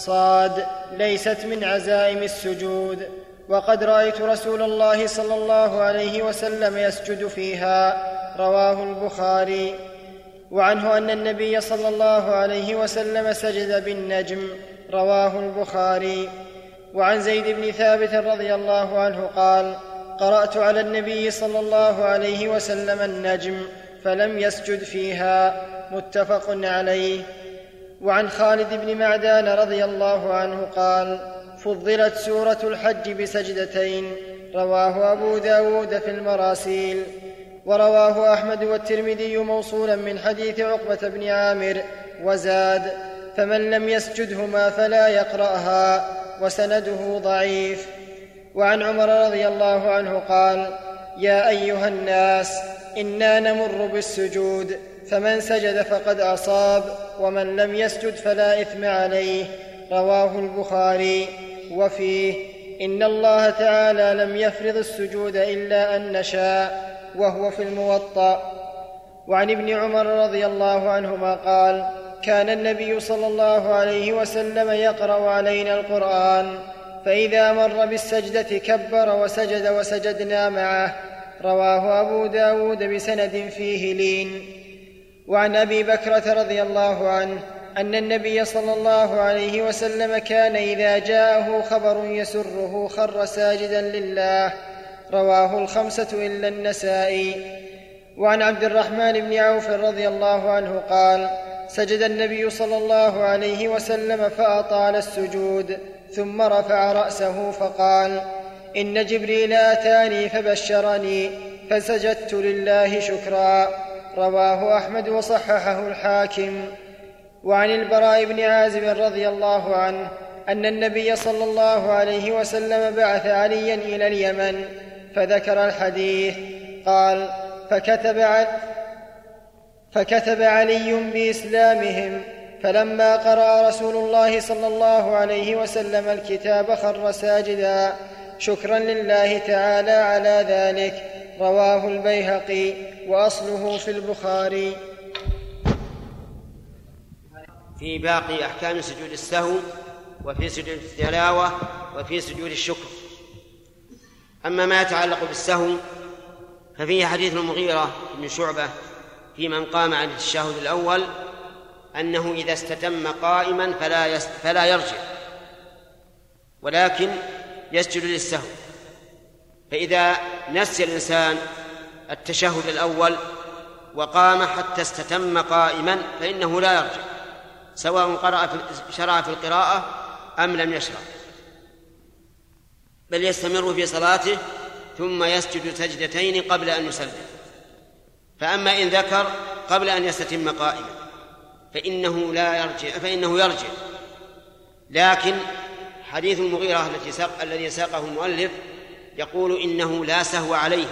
صاد ليست من عزائم السجود، وقد رأيت رسول الله صلى الله عليه وسلم يسجد فيها. رواه البخاري. وعنه أن النبي صلى الله عليه وسلم سجد بالنجم. رواه البخاري. وعن زيد بن ثابت رضي الله عنه قال: قرأت على النبي صلى الله عليه وسلم النجم فلم يسجد فيها. متفق عليه. وعن خالد بن معدان رضي الله عنه قال: فضلت سورة الحج بسجدتين. رواه أبو داود في المراسيل. ورواه أحمد والترمذي موصولا من حديث عقبة بن عامر وزاد: فمن لم يسجدهما فلا يقرأها، وسنده ضعيف. وعن عمر رضي الله عنه قال: يا أيها الناس إنا نمر بالسجود، فمن سجد فقد أصاب، ومن لم يسجد فلا إثم عليه. رواه البخاري. وفيه: إن الله تعالى لم يفرض السجود إلا أن نشاء، وهو في الموطأ. وعن ابن عمر رضي الله عنهما قال: كان النبي صلى الله عليه وسلم يقرأ علينا القرآن، فإذا مر بالسجدة كبر وسجد وسجدنا معه. رواه أبو داود بسند فيه لين. وعن أبي بكرة رضي الله عنه أن النبي صلى الله عليه وسلم كان إذا جاءه خبر يسره خر ساجدا لله. رواه الخمسة إلا النسائي. وعن عبد الرحمن بن عوف رضي الله عنه قال: سجد النبي صلى الله عليه وسلم فأطال السجود، ثم رفع رأسه فقال: إن جبريل أتاني فبشرني فسجدت لله شكرا. رواه أحمد وصححه الحاكم. وعن البراء بن عازب رضي الله عنه أن النبي صلى الله عليه وسلم بعث عليا إلى اليمن، فذكر الحديث. قال: فكتب علي بإسلامهم، فلما قرأ رسول الله صلى الله عليه وسلم الكتاب خر ساجدا شكرا لله تعالى على ذلك. رواه البيهقي، وأصله في البخاري. في باقي أحكام سجود السهو، وفي سجود التلاوة، وفي سجود الشكر. أما ما يتعلق بالسهو ففيه حديث المغيرة بن شعبة في من قام عن التشهد الأول أنه إذا استتم قائما فلا يرجع، ولكن يسجد للسهو. فإذا نسي الإنسان التشهد الأول وقام حتى استتم قائما فإنه لا يرجع، سواء شرع في القراءة أم لم يشرع. بل يستمر في صلاته ثم يسجد سجدتين قبل أن يسلم. فأما إن ذكر قبل أن يستتم قائما فإنه يرجع. لكن حديث المغيرة الذي ساقه المؤلف يقول إنه لا سهو عليه،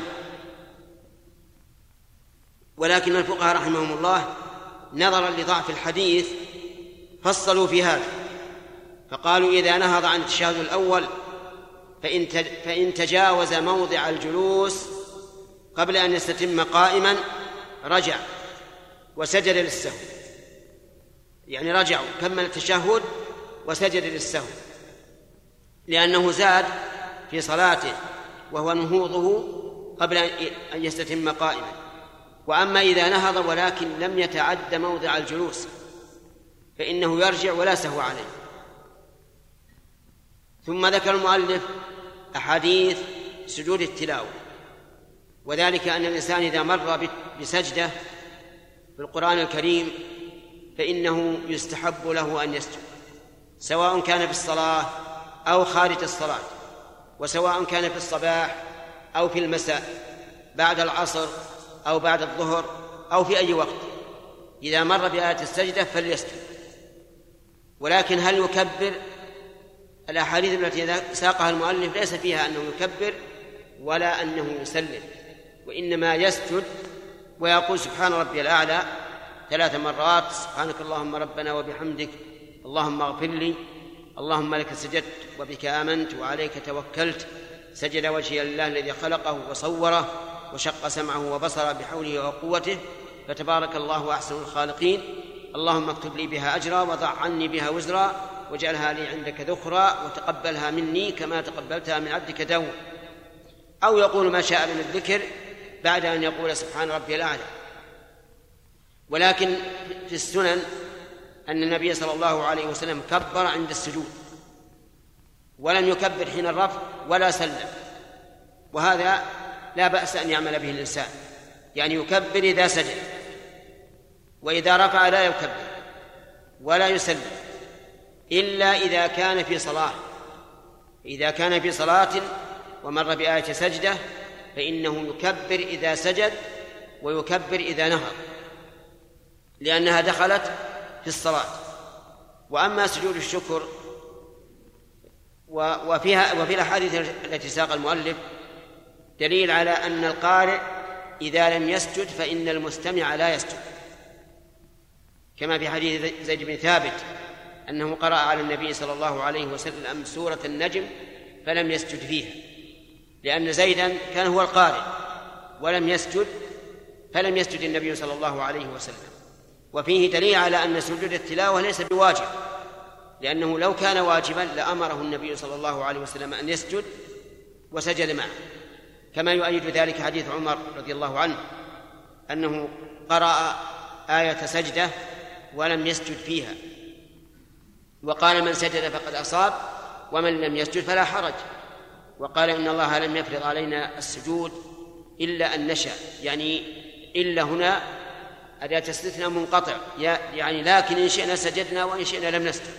ولكن الفقهاء رحمهم الله نظرا لضعف الحديث فصلوا في هذا، فقالوا إذا نهض عن التشهد الأول فإن تجاوز موضع الجلوس قبل أن يستتم قائما رجع وسجد للسهو، يعني رجع كمل التشهد وسجد للسهو، لأنه زاد في صلاته وهو نهوضه قبل أن يستتم قائما. وأما إذا نهض ولكن لم يتعد موضع الجلوس فإنه يرجع ولا سهو عليه. ثم ذكر المؤلف أحاديث سجود التلاوة، وذلك أن الإنسان إذا مر بسجدة في القرآن الكريم فإنه يستحب له أن يسجد، سواء كان في الصلاة أو خارج الصلاة، وسواء كان في الصباح أو في المساء، بعد العصر أو بعد الظهر أو في أي وقت، إذا مر بآية السجدة فليسجد. ولكن هل يكبر؟ الأحاديث التي ساقها المؤلف ليس فيها أنه يكبر ولا أنه يسلم، وإنما يسجد ويقول سبحان ربي الأعلى 3 مرات، سبحانك اللهم ربنا وبحمدك اللهم اغفر لي، اللهم لك سجدت وبك آمنت وعليك توكلت، سجد وجهي لله الذي خلقه وصوره وشق سمعه وبصره بحوله وقوته، فتبارك الله أحسن الخالقين، اللهم اكتب لي بها أجرا وضع عني بها وزرا واجعلها لي عندك ذخرا وتقبلها مني كما تقبلتها من عبدك داود. أو يقول ما شاء من الذكر بعد أن يقول سبحان ربي الأعلى. ولكن في السنن أن النبي صلى الله عليه وسلم كبر عند السجود ولم يكبر حين الرفع ولا سلم، وهذا لا بأس أن يعمل به الإنسان، يعني يكبر إذا سجد، وإذا رفع لا يكبر ولا يسلم إلا إذا كان في صلاة. إذا كان في صلاة ومر بآية سجدة فإنه يكبر إذا سجد ويكبر إذا نهض، لأنها دخلت في الصلاة. وأما سجود الشكر وفي الأحاديث التي ساق المؤلف دليل على أن القارئ إذا لم يسجد فإن المستمع لا يسجد، كما في حديث زيد بن ثابت أنه قرأ على النبي صلى الله عليه وسلم سورة النجم فلم يسجد فيها، لأن زيدا كان هو القارئ ولم يسجد، فلم يسجد النبي صلى الله عليه وسلم. وفيه دليل على أن سجود التلاوة ليس بواجب، لأنه لو كان واجبا لأمره النبي صلى الله عليه وسلم أن يسجد وسجد معه، كما يؤيد ذلك حديث عمر رضي الله عنه أنه قرأ آية سجدة ولم يسجد فيها، وقال من سجد فقد أصاب ومن لم يسجد فلا حرج، وقال إن الله لم يفرض علينا السجود إلا أن نشاء، يعني إلا هنا أداة استثناء منقطع، يعني لكن إن شئنا سجدنا وإن شئنا لم نسجد.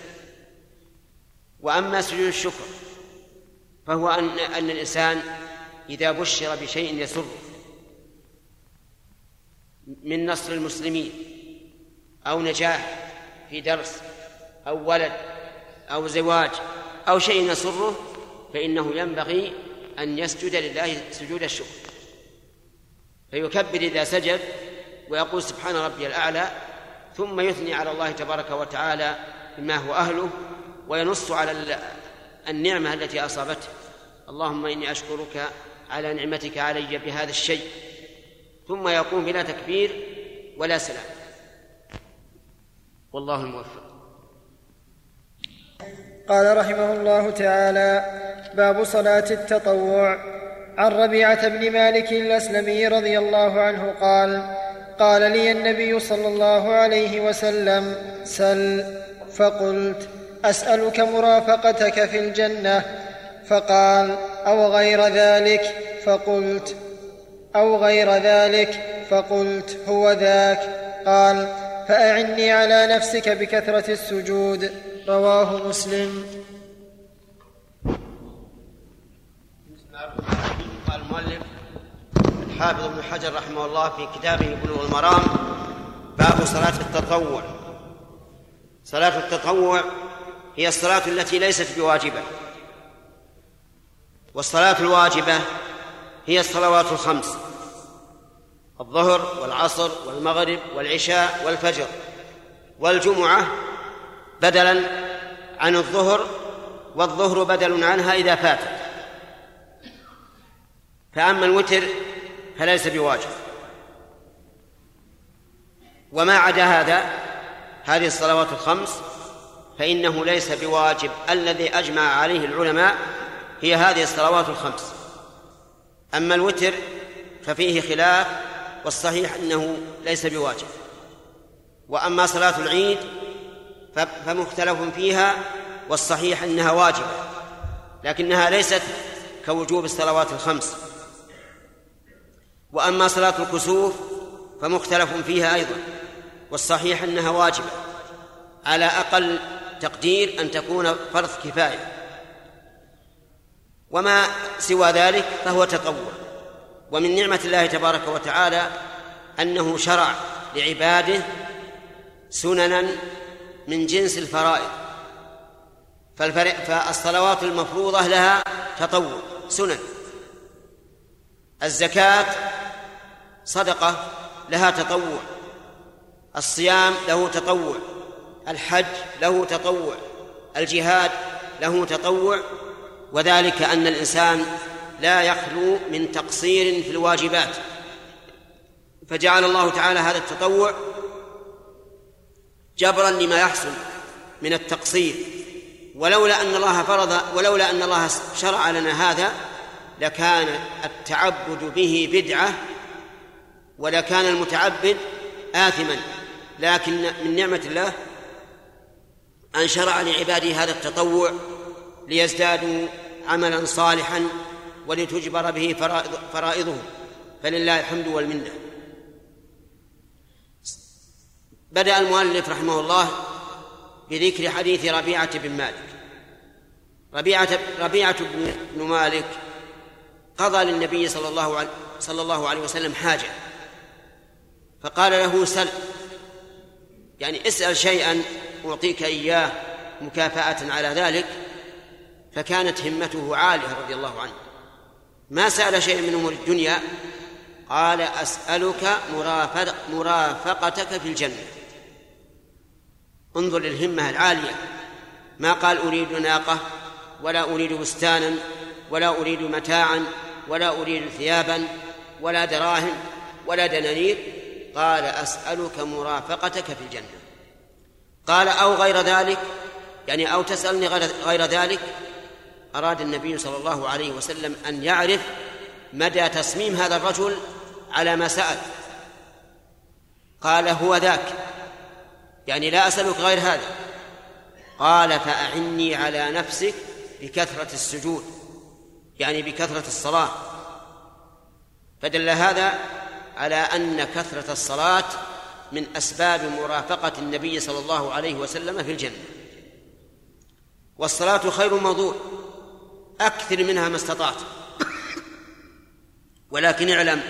وأما سجود الشكر فهو أن الإنسان إذا بشر بشيء يسره من نصر المسلمين أو نجاح في درس أو ولد أو زواج أو شيء يسره فإنه ينبغي أن يسجد لله سجود الشكر، فيكبر إذا سجد ويقول سبحان ربي الأعلى، ثم يثني على الله تبارك وتعالى بما هو أهله وينص على النعمة التي أصابته، اللهم إني أشكرك على نعمتك علي بهذا الشيء، ثم يقوم بلا تكبير ولا سلام. والله الموفق. قال رحمه الله تعالى: باب صلاة التطوع. عن ربيعة بن مالك الأسلمي رضي الله عنه قال: قال لي النبي صلى الله عليه وسلم: سل. فقلت: أسألك مرافقتك في الجنة. فقال: أو غير ذلك. فقلت: هو ذاك. قال: فأعني على نفسك بكثرة السجود. رواه مسلم. الحافظ ابن حجر رحمه الله في كتابه بلوغ المرام باب صلاة التطوع. صلاة التطوع هي الصلاة التي ليست بواجبة، والصلاة الواجبة هي الصلوات الخمس: الظهر والعصر والمغرب والعشاء والفجر، والجمعة بدلا عن الظهر، والظهر بدل عنها إذا فاتت. فأما الوتر فليس بواجب، وما عدا هذه الصلوات الخمس فإنه ليس بواجب. الذي أجمع عليه العلماء هي هذه الصلوات الخمس. أما الوتر ففيه خلاف، والصحيح أنه ليس بواجب. وأما صلاة العيد فمختلف فيها، والصحيح أنها واجبة، لكنها ليست كوجوب الصلوات الخمس. وأما صلاة الكسوف فمختلف فيها أيضا، والصحيح أنها واجبة، على أقل تقدير أن تكون فرض كفاية، وما سوى ذلك فهو تطوع. ومن نعمة الله تبارك وتعالى أنه شرع لعباده سننا من جنس الفرائض، فالصلوات المفروضة لها تطوع سنن، الزكاة صدقة لها تطوع، الصيام له تطوع، الحج له تطوع، الجهاد له تطوع. وذلك أن الإنسان لا يخلو من تقصير في الواجبات، فجعل الله تعالى هذا التطوع جبرا لما يحصل من التقصير. ولولا أن الله شرع لنا هذا لكان التعبد به بدعة، ولكان المتعبد آثما. لكن من نعمة الله أن شرع لعباده هذا التطوع ليزدادوا عملا صالحا ولتجبر به فرائضه، فلله الحمد والمنة. بدأ المؤلف رحمه الله بذكر حديث ربيعة بن مالك. ربيعة بن مالك قضى للنبي صلى الله عليه وسلم حاجة، فقال له: سل، يعني اسأل شيئا أعطيك إياه مكافأة على ذلك. فكانت همته عالية رضي الله عنه، ما سأل شيئا من أمور الدنيا. قال: أسألك مرافقتك في الجنة. انظر للهمة العالية، ما قال أريد ناقة، ولا أريد بستانا، ولا أريد متاعا، ولا أريد ثيابا، ولا دراهم، ولا دنانير. قال: أسألك مرافقتك في الجنة. قال: أو غير ذلك، يعني أو تسألني غير ذلك. أراد النبي صلى الله عليه وسلم أن يعرف مدى تصميم هذا الرجل على ما سأل. قال: هو ذاك، يعني لا أسألك غير هذا. قال: فأعني على نفسك بكثرة السجود، يعني بكثرة الصلاة. فدل هذا على أن كثرة الصلاة من أسباب مرافقة النبي صلى الله عليه وسلم في الجنة. والصلاة خير موضوع، أكثر منها ما استطعت. ولكن اعلم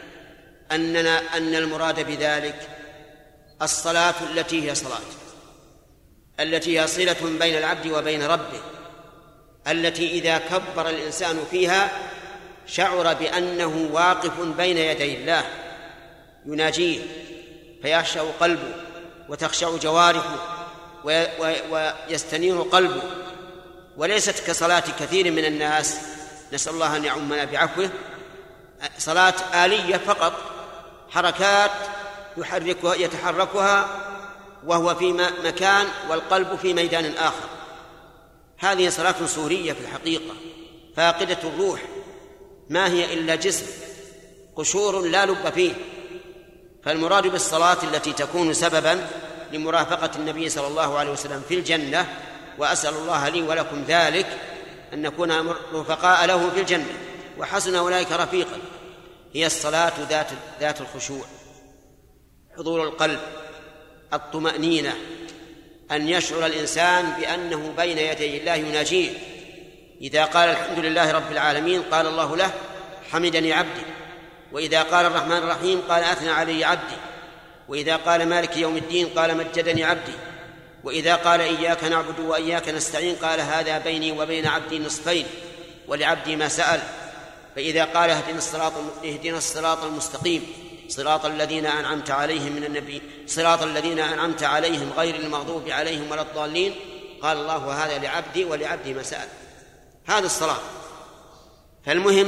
أن المراد بذلك الصلاة التي هي صلاة، التي هي صلة بين العبد وبين ربه، التي إذا كبر الإنسان فيها شعر بأنه واقف بين يدي الله يناجيه، فيخشع قلبه وتخشع جوارحه ويستنير قلبه، وليست كصلاة كثير من الناس، نسأل الله أن يعمنا بعفوه، صلاة آلية فقط، حركات يتحركها وهو في مكان والقلب في ميدان آخر. هذه صلاة صورية في الحقيقة، فاقدة الروح، ما هي إلا جسم قشور لا لب فيه. فالمراد بالصلاة التي تكون سببا لمرافقة النبي صلى الله عليه وسلم في الجنة، وأسأل الله لي ولكم ذلك، أن نكون رفقاء له في الجنة وحسن أولئك رفيقا، هي الصلاة ذات الخشوع، حضور القلب، الطمأنينة، أن يشعر الإنسان بأنه بين يدي الله يناجيه. إذا قال الحمد لله رب العالمين قال الله له: حمدني عبدي. وإذا قال الرحمن الرحيم قال أثنى علي عبدي، وإذا قال مالك يوم الدين قال مجدني عبدي، وإذا قال إياك نعبد وإياك نستعين قال هذا بيني وبين عبدي نصفين ولعبدي ما سأل. فإذا قال اهدنا الصراط المستقيم صراط الذين أنعمت عليهم من النبي صراط الذين أنعمت عليهم غير المغضوب عليهم ولا الضالين قال الله هذا لعبدي ولعبدي ما سأل. هذا الصلاة. فالمهم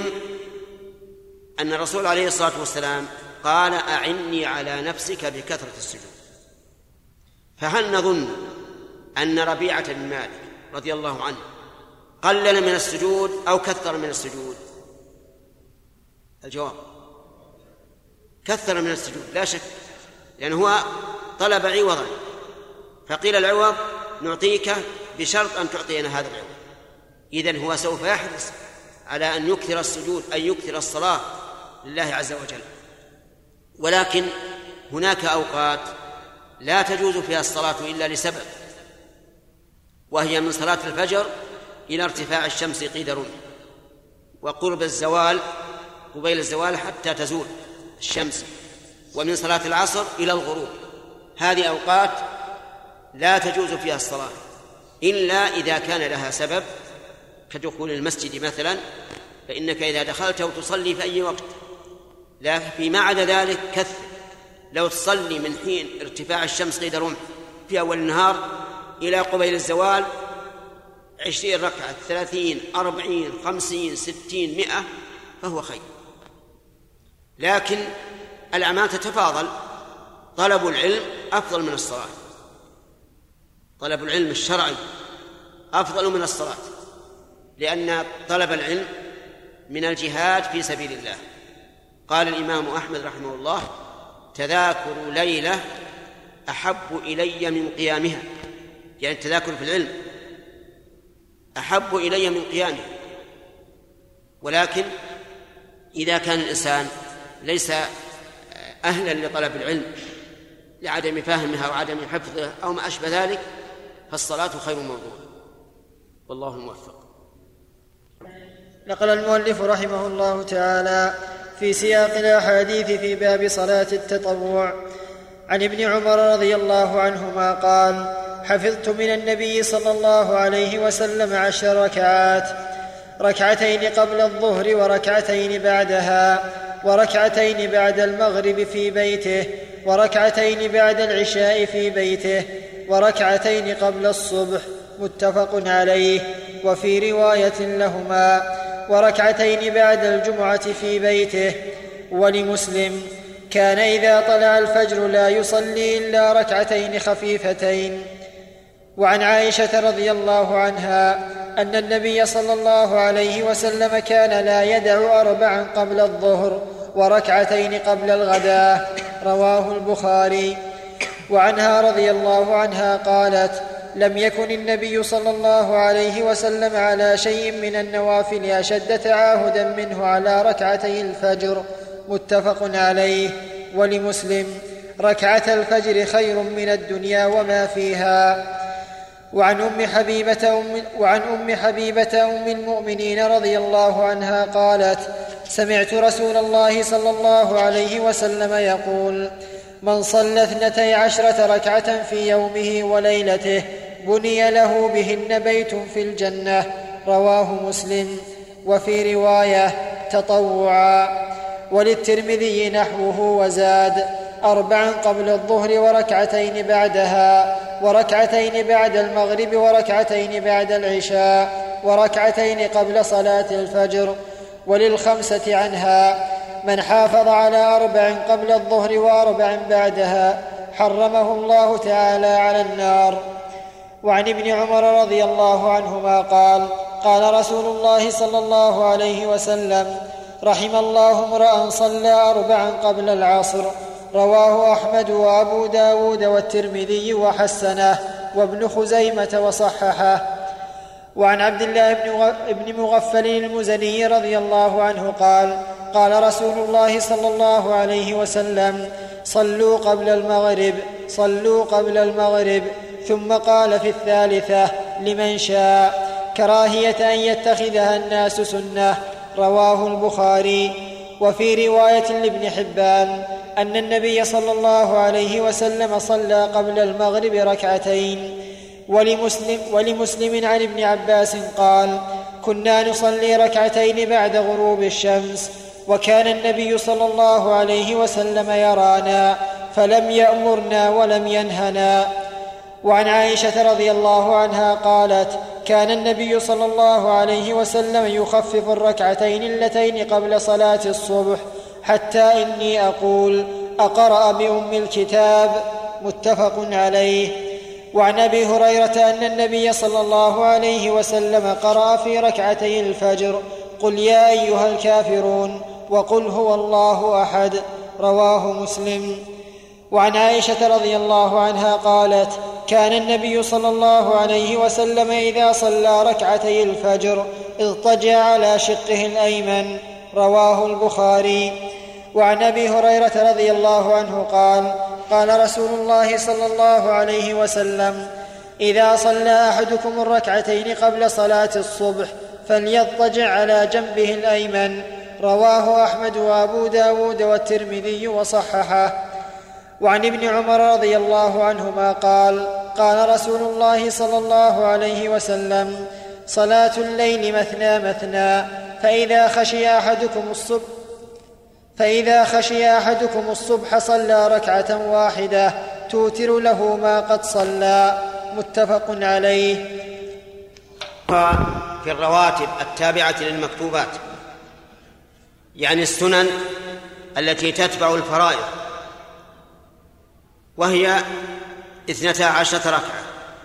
أن الرسول عليه الصلاة والسلام قال أعني على نفسك بكثرة السجود. فهل نظن أن ربيعة بن مالك رضي الله عنه قلل من السجود أو كثر من السجود؟ الجواب كثر من السجود لا شك، لأنه هو طلب عوضا، فقيل العوض نعطيك بشرط أن تعطينا هذا العوض. إذن هو سوف يحرص على أن يكثر السجود، أن يكثر الصلاة لله عز وجل. ولكن هناك أوقات لا تجوز فيها الصلاة إلا لسبب، وهي من صلاة الفجر إلى ارتفاع الشمس قيد رمح، وقرب الزوال قبيل الزوال حتى تزول الشمس، ومن صلاة العصر إلى الغروب. هذه أوقات لا تجوز فيها الصلاة إلا إذا كان لها سبب كدخول المسجد مثلا، فإنك إذا دخلت وتصلي في أي وقت، لا فيما عدا ذلك كثر. لو تصلي من حين ارتفاع الشمس قيد رمح في أول النهار إلى قبيل الزوال 20 ركعة 30 40 50 60 100 فهو خير. لكن الأعمال تتفاضل، طلب العلم أفضل من الصلاة، طلب العلم الشرعي أفضل من الصلاة، لأن طلب العلم من الجهاد في سبيل الله. قال الإمام أحمد رحمه الله تذاكر ليلة أحب إلي من قيامها، يعني التذاكر في العلم أحب إلي من قيامها. ولكن إذا كان الإنسان ليس أهلا لطلب العلم لعدم فهمها وعدم حفظه أو ما أشبه ذلك فالصلاة خير موضوع، والله الموفق. نقل المؤلف رحمه الله تعالى في سياق الأحاديث في باب صلاة التطوع عن ابن عمر رضي الله عنهما قال: حفظت من النبي صلى الله عليه وسلم 10 ركعات، ركعتين قبل الظهر وركعتين بعدها، وركعتين بعد المغرب في بيته، وركعتين بعد العشاء في بيته، وركعتين قبل الصبح، متفق عليه. وفي رواية لهما: وركعتين بعد الجمعة في بيته. ولمسلم: كان إذا طلع الفجر لا يصلي إلا ركعتين خفيفتين. وعن عائشة رضي الله عنها أن النبي صلى الله عليه وسلم كان لا يدع 4 قبل الظهر وركعتين قبل الغداء، رواه البخاري. وعنها رضي الله عنها قالت: لم يكن النبي صلى الله عليه وسلم على شيء من النوافل أشد تعاهدا منه على ركعتي الفجر، متفق عليه. ولمسلم: ركعة الفجر خير من الدنيا وما فيها. وعن أم حبيبة أم المؤمنين رضي الله عنها قالت: سمعت رسول الله صلى الله عليه وسلم يقول: من صلى 12 ركعة في يومه وليلته بني له بهن بيت في الجنة، رواه مسلم. وفي رواية: تطوعا. وللترمذي نحوه وزاد: 4 قبل الظهر وركعتين بعدها، وركعتين بعد المغرب، وركعتين بعد العشاء، وركعتين قبل صلاة الفجر. وللخمسة عنها: من حافظ على 4 قبل الظهر و4 بعدها حرمه الله تعالى على النار. وعن ابن عمر رضي الله عنهما قال: قال رسول الله صلى الله عليه وسلم: رحم الله امرأ صلى 4 قبل العصر، رواه أحمد وأبو داود والترمذي وحسنه، وابن خزيمة وصححه. وعن عبد الله بن مغفل المزني رضي الله عنه قال: قال رسول الله صلى الله عليه وسلم: صلوا قبل المغرب. ثم قال في الثالثة: لمن شاء، كراهية أن يتخذها الناس سنة، رواه البخاري. وفي رواية لابن حبان أن النبي صلى الله عليه وسلم صلى قبل المغرب ركعتين. ولمسلم عن ابن عباس قال: كنا نصلي ركعتين بعد غروب الشمس، وكان النبي صلى الله عليه وسلم يرانا فلم يأمرنا ولم ينهنا. وعن عائشة رضي الله عنها قالت: كان النبي صلى الله عليه وسلم يخفف الركعتين اللتين قبل صلاة الصبح حتى إني أقول: أقرأ بأم الكتاب؟ متفق عليه. وعن أبي هريرة أن النبي صلى الله عليه وسلم قرأ في ركعتي الفجر: قل يا أيها الكافرون وقل هو الله أحد. رواه مسلم. وعن عائشة رضي الله عنها قالت: كان النبي صلى الله عليه وسلم إذا صلى ركعتي الفجر اضطجع على شقه الأيمن. رواه البخاري. وعن أبي هريرة رضي الله عنه قال: قال رسول الله صلى الله عليه وسلم: إذا صلى أحدكم الركعتين قبل صلاة الصبح فليضطجع على جنبه الأيمن. رواه أحمد وأبو داود والترمذي وصححه. وعن ابن عمر رضي الله عنهما قال: قال رسول الله صلى الله عليه وسلم: صلاة الليل مثنى مثنى، فإذا خشي أحدكم الصبح صلى ركعة واحدة توتر له ما قد صلى. متفق عليه. في الرواتب التابعة للمكتوبات، يعني السنن التي تتبع الفرائض، وهي 12 ركعة: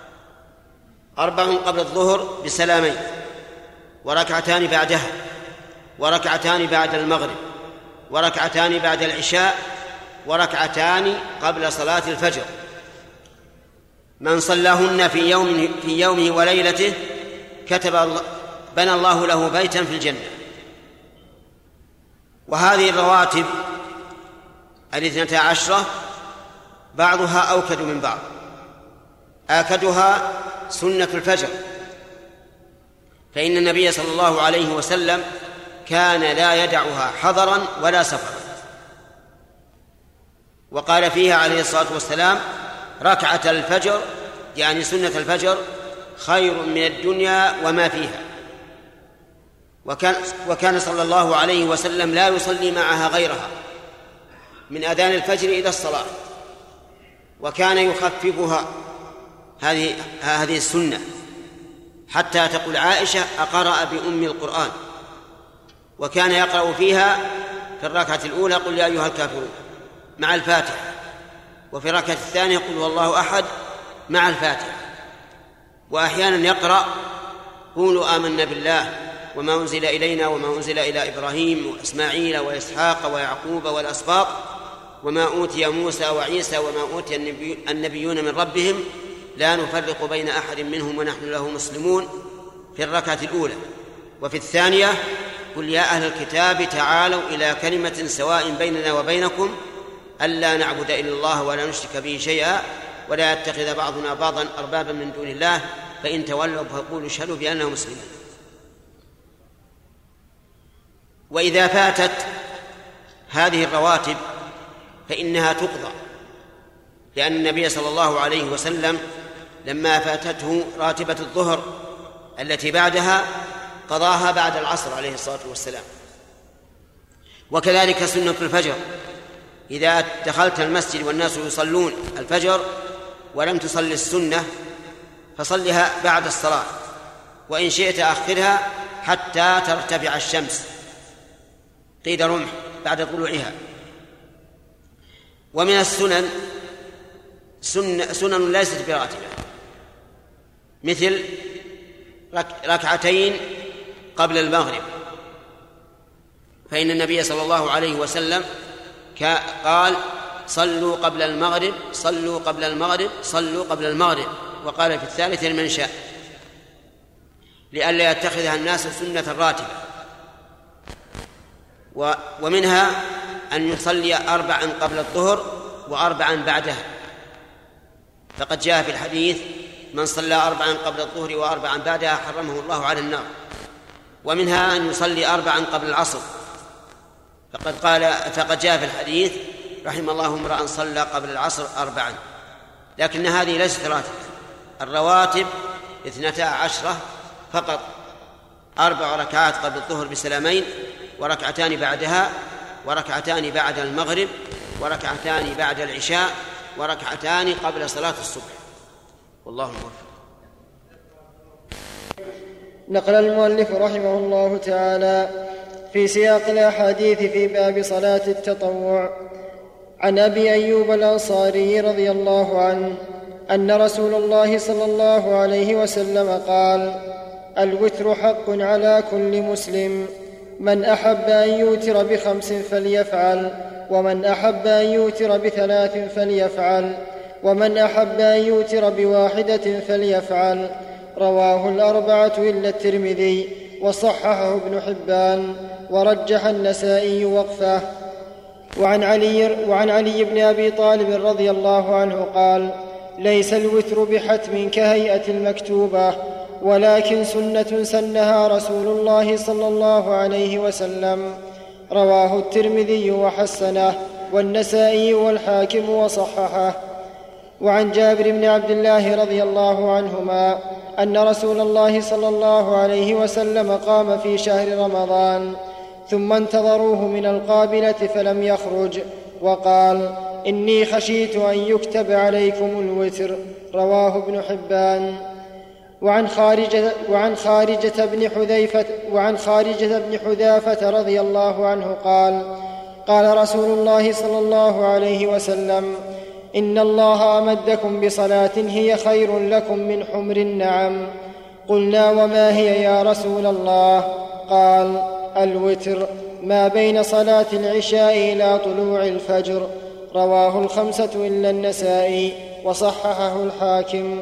4 قبل الظهر بسلامين، وركعتان بعدها، وركعتان بعد المغرب، وركعتان بعد العشاء، وركعتان قبل صلاة الفجر. من صلاهن في يومه وليلته بنى الله له بيتا في الجنة. وهذه الرواتب 12 بعضها أوكد من بعض. آكدها سنة الفجر، فإن النبي صلى الله عليه وسلم كان لا يدعها حضرا ولا سفرا، وقال فيها عليه الصلاة والسلام: ركعة الفجر، يعني سنة الفجر، خير من الدنيا وما فيها. وكان صلى الله عليه وسلم لا يصلي معها غيرها من أذان الفجر إلى الصلاة، وكان يخففها هذه السنة، حتى تقول عائشة: أقرأ بأم القرآن. وكان يقرأ فيها في الركعة الأولى: قل يا أيها الكافرون مع الفاتحة، وفي الركعة الثانية: قل هو الله أحد مع الفاتحة. وأحيانا يقرأ: قولوا آمنا بالله وما أنزل إلينا وما أنزل إلى إبراهيم وإسماعيل وإسحاق ويعقوب والأسباط وما أوتي موسى وعيسى وما أوتي النبيون من ربهم لا نفرق بين أحد منهم ونحن له مسلمون، في الركعة الأولى. وفي الثانية: قل يا أهل الكتاب تعالوا إلى كلمة سواء بيننا وبينكم ألا نعبد إلا الله ولا نشرك به شيئا ولا يتخذ بعضنا بعضا أربابا من دون الله فإن تولوا فقولوا اشهدوا بأننا مسلمون. وإذا فاتت هذه الرواتب فإنها تقضى، لأن النبي صلى الله عليه وسلم لما فاتته راتبة الظهر التي بعدها قضاها بعد العصر عليه الصلاة والسلام. وكذلك سنة الفجر، إذا دخلت المسجد والناس يصلون الفجر ولم تصلي السنة فصلها بعد الصلاة، وإن شئت أخرها حتى ترتفع الشمس قيد رمح بعد طلوعها. ومن السنن سنن ليست براتبة، مثل ركعتين قبل المغرب، فإن النبي صلى الله عليه وسلم قال: صلوا قبل المغرب، صلوا قبل المغرب، صلوا قبل المغرب، وقال في الثالث: لمن شاء، لئلا يتخذها الناس سنة راتبة. ومنها أن يصلي 4 قبل الظهر و4 بعدها، فقد جاء في الحديث: من صلى 4 قبل الظهر و4 بعدها حرمه الله على النار. ومنها أن يصلي 4 قبل العصر، فقد جاء في الحديث: رحم الله امرأ صلى قبل العصر 4، لكن هذه ليست راتب. الرواتب 12 فقط، 4 ركعات قبل الظهر بسلامين، وركعتان بعدها، وركعتان بعد المغرب، وركعتان بعد العشاء، وركعتان قبل صلاة الصبح. والله موفق. نقل المؤلف رحمه الله تعالى في سياق الأحاديث في باب صلاة التطوع عن أبي أيوب الأنصاري رضي الله عنه أن رسول الله صلى الله عليه وسلم قال: الوتر حق على كل مسلم، من أحب أن يوتر ب5 فليفعل، ومن أحب أن يوتر ب3 فليفعل، ومن أحب أن يوتر ب1 فليفعل. رواه الأربعة إلا الترمذي، وصححه ابن حبان، ورجح النسائي وقفه. وعن علي بن أبي طالب رضي الله عنه قال: ليس الوتر بحتم كهيئة المكتوبة، ولكن سنة سنها رسول الله صلى الله عليه وسلم. رواه الترمذي وحسنه، والنسائي والحاكم وصححه. وعن جابر بن عبد الله رضي الله عنهما أن رسول الله صلى الله عليه وسلم قام في شهر رمضان ثم انتظروه من القابلة فلم يخرج، وقال: إني خشيت أن يكتب عليكم الوتر. رواه ابن حبان. وعن خارجة بن حذافة رضي الله عنه قال: قال رسول الله صلى الله عليه وسلم: إن الله أمدكم بصلاة هي خير لكم من حمر النعم. قلنا: وما هي يا رسول الله؟ قال: الوتر، ما بين صلاة العشاء إلى طلوع الفجر. رواه 5 إلا النسائي، وصححه الحاكم.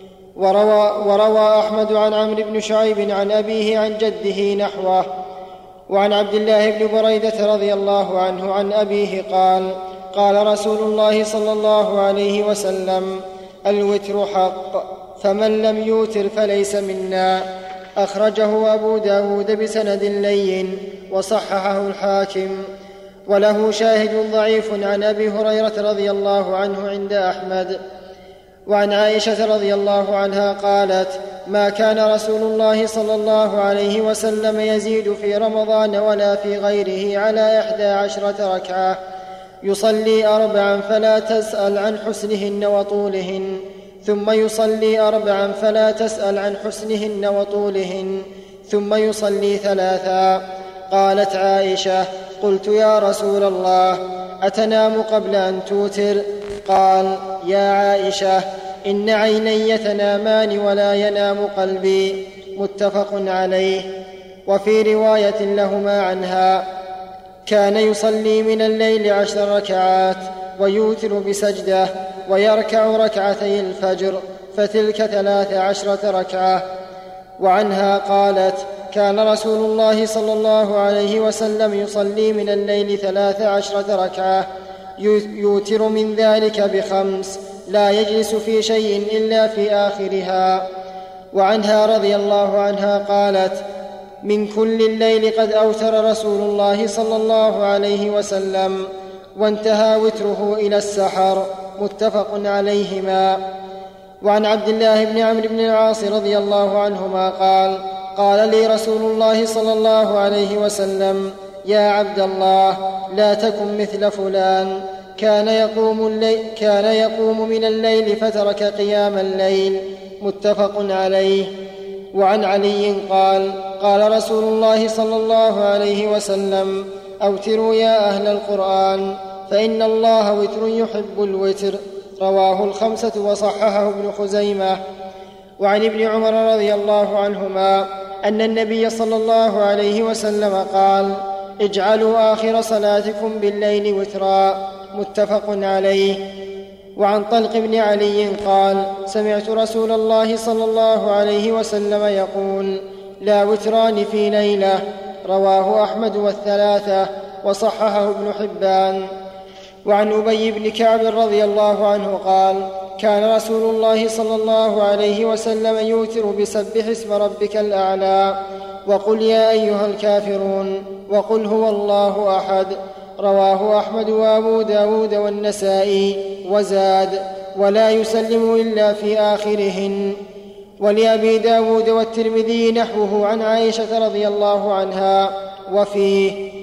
وروى أحمد عن عمرو بن شعيب عن أبيه عن جده نحوه. وعن عبد الله بن بريدة رضي الله عنه عن أبيه قال: قال رسول الله صلى الله عليه وسلم: الوتر حق، فمن لم يوتر فليس منا. أخرجه أبو داود بسند لين، وصححه الحاكم. وله شاهد ضعيف عن أبي هريرة رضي الله عنه عند أحمد. وعن عائشة رضي الله عنها قالت: ما كان رسول الله صلى الله عليه وسلم يزيد في رمضان ولا في غيره على 11 ركعة، يصلي 4 فلا تسأل عن حسنهن وطولهن، ثم يصلي 4 فلا تسأل عن حسنهن وطولهن، ثم يصلي 3. قالت عائشة: قلت: يا رسول الله، أتنام قبل أن توتر؟ قال: يا عائشة، إن عيني تنامان ولا ينام قلبي. متفق عليه. وفي رواية لهما عنها: كان يصلي من الليل 10 ركعات، ويوتر بسجدة، ويركع ركعتي الفجر، فتلك 13 ركعة. وعنها قالت: كان رسول الله صلى الله عليه وسلم يصلي من الليل 13 ركعة، يوتر من ذلك ب5، لا يجلس في شيء إلا في آخرها. وعنها رضي الله عنها قالت: من كل الليل قد أوتر رسول الله صلى الله عليه وسلم، وانتهى وتره إلى السحر. متفق عليهما. وعن عبد الله بن عمرو بن العاص رضي الله عنهما قال: قال لي رسول الله صلى الله عليه وسلم: يا عبد الله، لا تكن مثل فلان، كان يقوم من الليل فترك قيام الليل. متفق عليه. وعن علي قال: قال رسول الله صلى الله عليه وسلم: أوتروا يا أهل القرآن، فإن الله وتر يحب الوتر. رواه 5 وصححه ابن خزيمة. وعن ابن عمر رضي الله عنهما أن النبي صلى الله عليه وسلم قال: اجعلوا آخر صلاتكم بالليل وترا. متفق عليه. وعن طلق بن علي قال: سمعت رسول الله صلى الله عليه وسلم يقول: لا وتران في ليلة. رواه أحمد والثلاثة، وصححه ابن حبان. وعن أبي بن كعب رضي الله عنه قال: كان رسول الله صلى الله عليه وسلم يوتر بسبح اسم ربك الأعلى، وقل يا أيها الكافرون، وقل هو الله أحد. رواه أحمد وأبو داود والنسائي. وزاد: ولا يسلم إلا في آخرهن. ولأبي داود والترمذي نحوه عن عائشة رضي الله عنها، وفيه: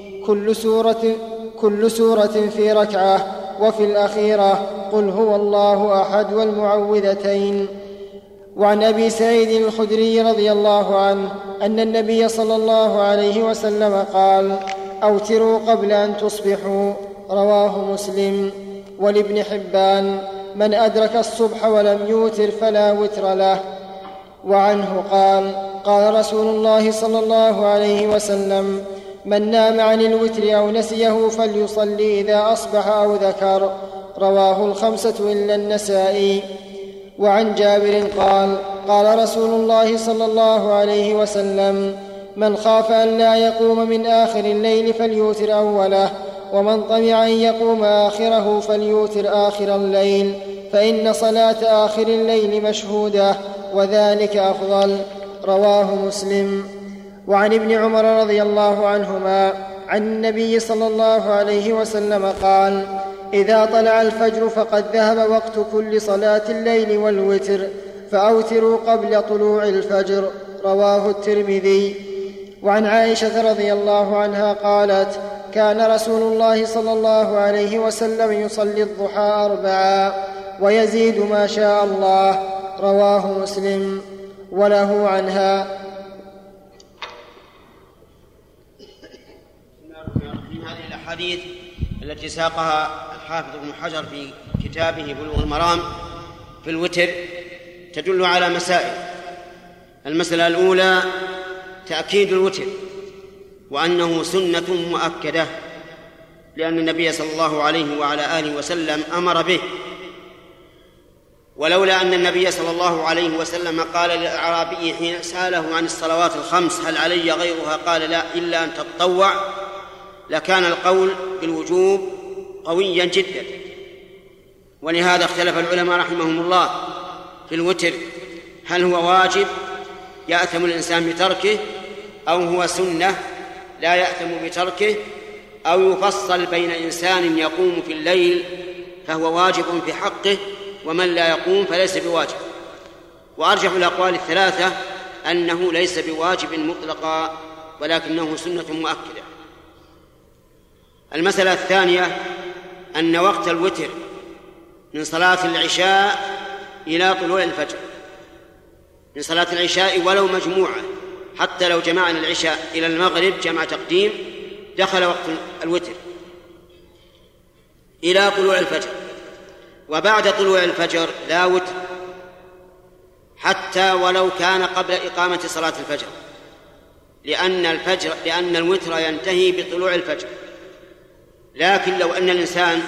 كل سورة في ركعة، وفي الأخيرة: قل هو الله أحد والمعوذتين. وعن أبي سعيد الخدري رضي الله عنه أن النبي صلى الله عليه وسلم قال: أوتروا قبل أن تصبحوا. رواه مسلم. ولابن حبان: من أدرك الصبح ولم يوتر فلا وتر له. وعنه قال: قال رسول الله صلى الله عليه وسلم: من نام عن الوتر أو نسيه فليصلي إذا أصبح أو ذكر. رواه الخمسة إلا النسائي. وعن جابر قال: قال رسول الله صلى الله عليه وسلم: من خاف أن لا يقوم من آخر الليل فليوتر أوله، ومن طمع أن يقوم آخره فليوتر آخر الليل، فإن صلاة آخر الليل مشهودة، وذلك أفضل. رواه مسلم. وعن ابن عمر رضي الله عنهما عن النبي صلى الله عليه وسلم قال: إذا طلع الفجر فقد ذهب وقت كل صلاة الليل والوتر، فأوتروا قبل طلوع الفجر. رواه الترمذي. وعن عائشة رضي الله عنها قالت: كان رسول الله صلى الله عليه وسلم يصلي الضحى 4 ويزيد ما شاء الله. رواه مسلم. وله عنها: من هذه الأحاديث التي ساقها الحافظ ابن حجر في كتابه بلوغ المرام في الوتر تدل على مسائل. المسألة الأولى: تأكيد الوتر، وأنه سنة مؤكدة، لأن النبي صلى الله عليه وعلى آله وسلم أمر به. ولولا أن النبي صلى الله عليه وسلم قال للأعرابي حين سأله عن الصلوات الخمس: هل علي غيرها؟ قال: لا، إلا أن تتطوع، لكان القول بالوجوب قويا جدا. ولهذا اختلف العلماء رحمهم الله في الوتر: هل هو واجب يأثم الإنسان بتركه، أو هو سنة لا يأثم بتركه، أو يفصل بين إنسان يقوم في الليل فهو واجب في حقه، ومن لا يقوم فليس بواجب. وأرجح الأقوال الثلاثة أنه ليس بواجب مطلقا، ولكنه سنة مؤكدة. المسألة الثانية: أن وقت الوتر من صلاة العشاء إلى طلوع الفجر، من صلاة العشاء ولو مجموعة، حتى لو جمعنا العشاء إلى المغرب جمع تقديم دخل وقت الوتر إلى طلوع الفجر. وبعد طلوع الفجر لا وتر، حتى ولو كان قبل إقامة صلاة الفجر، لأن الوتر ينتهي بطلوع الفجر. لكن لو أن الإنسان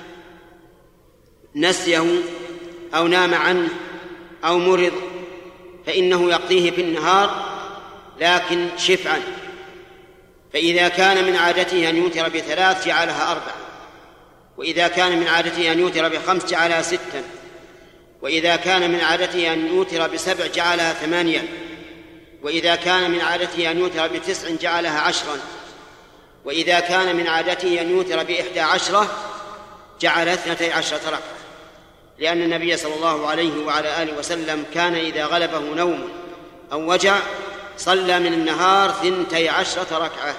نسيه أو نام عنه أو مرض فإنه يقضيه في النهار، لكن شفعا. فإذا كان من عادته أن يوتر ب3 جعلها 4، وإذا كان من عادته أن يوتر ب5 جعلها 6، وإذا كان من عادته أن يوتر ب7 جعلها 8، وإذا كان من عادته أن يوتر ب9 جعلها 10، وإذا كان من عادته أن يوتر ب11 جعل 12 ركعة، لأن النبي صلى الله عليه وعلى آله وسلم كان إذا غلبه نوم أو وجع صلى من النهار 12 ركعة.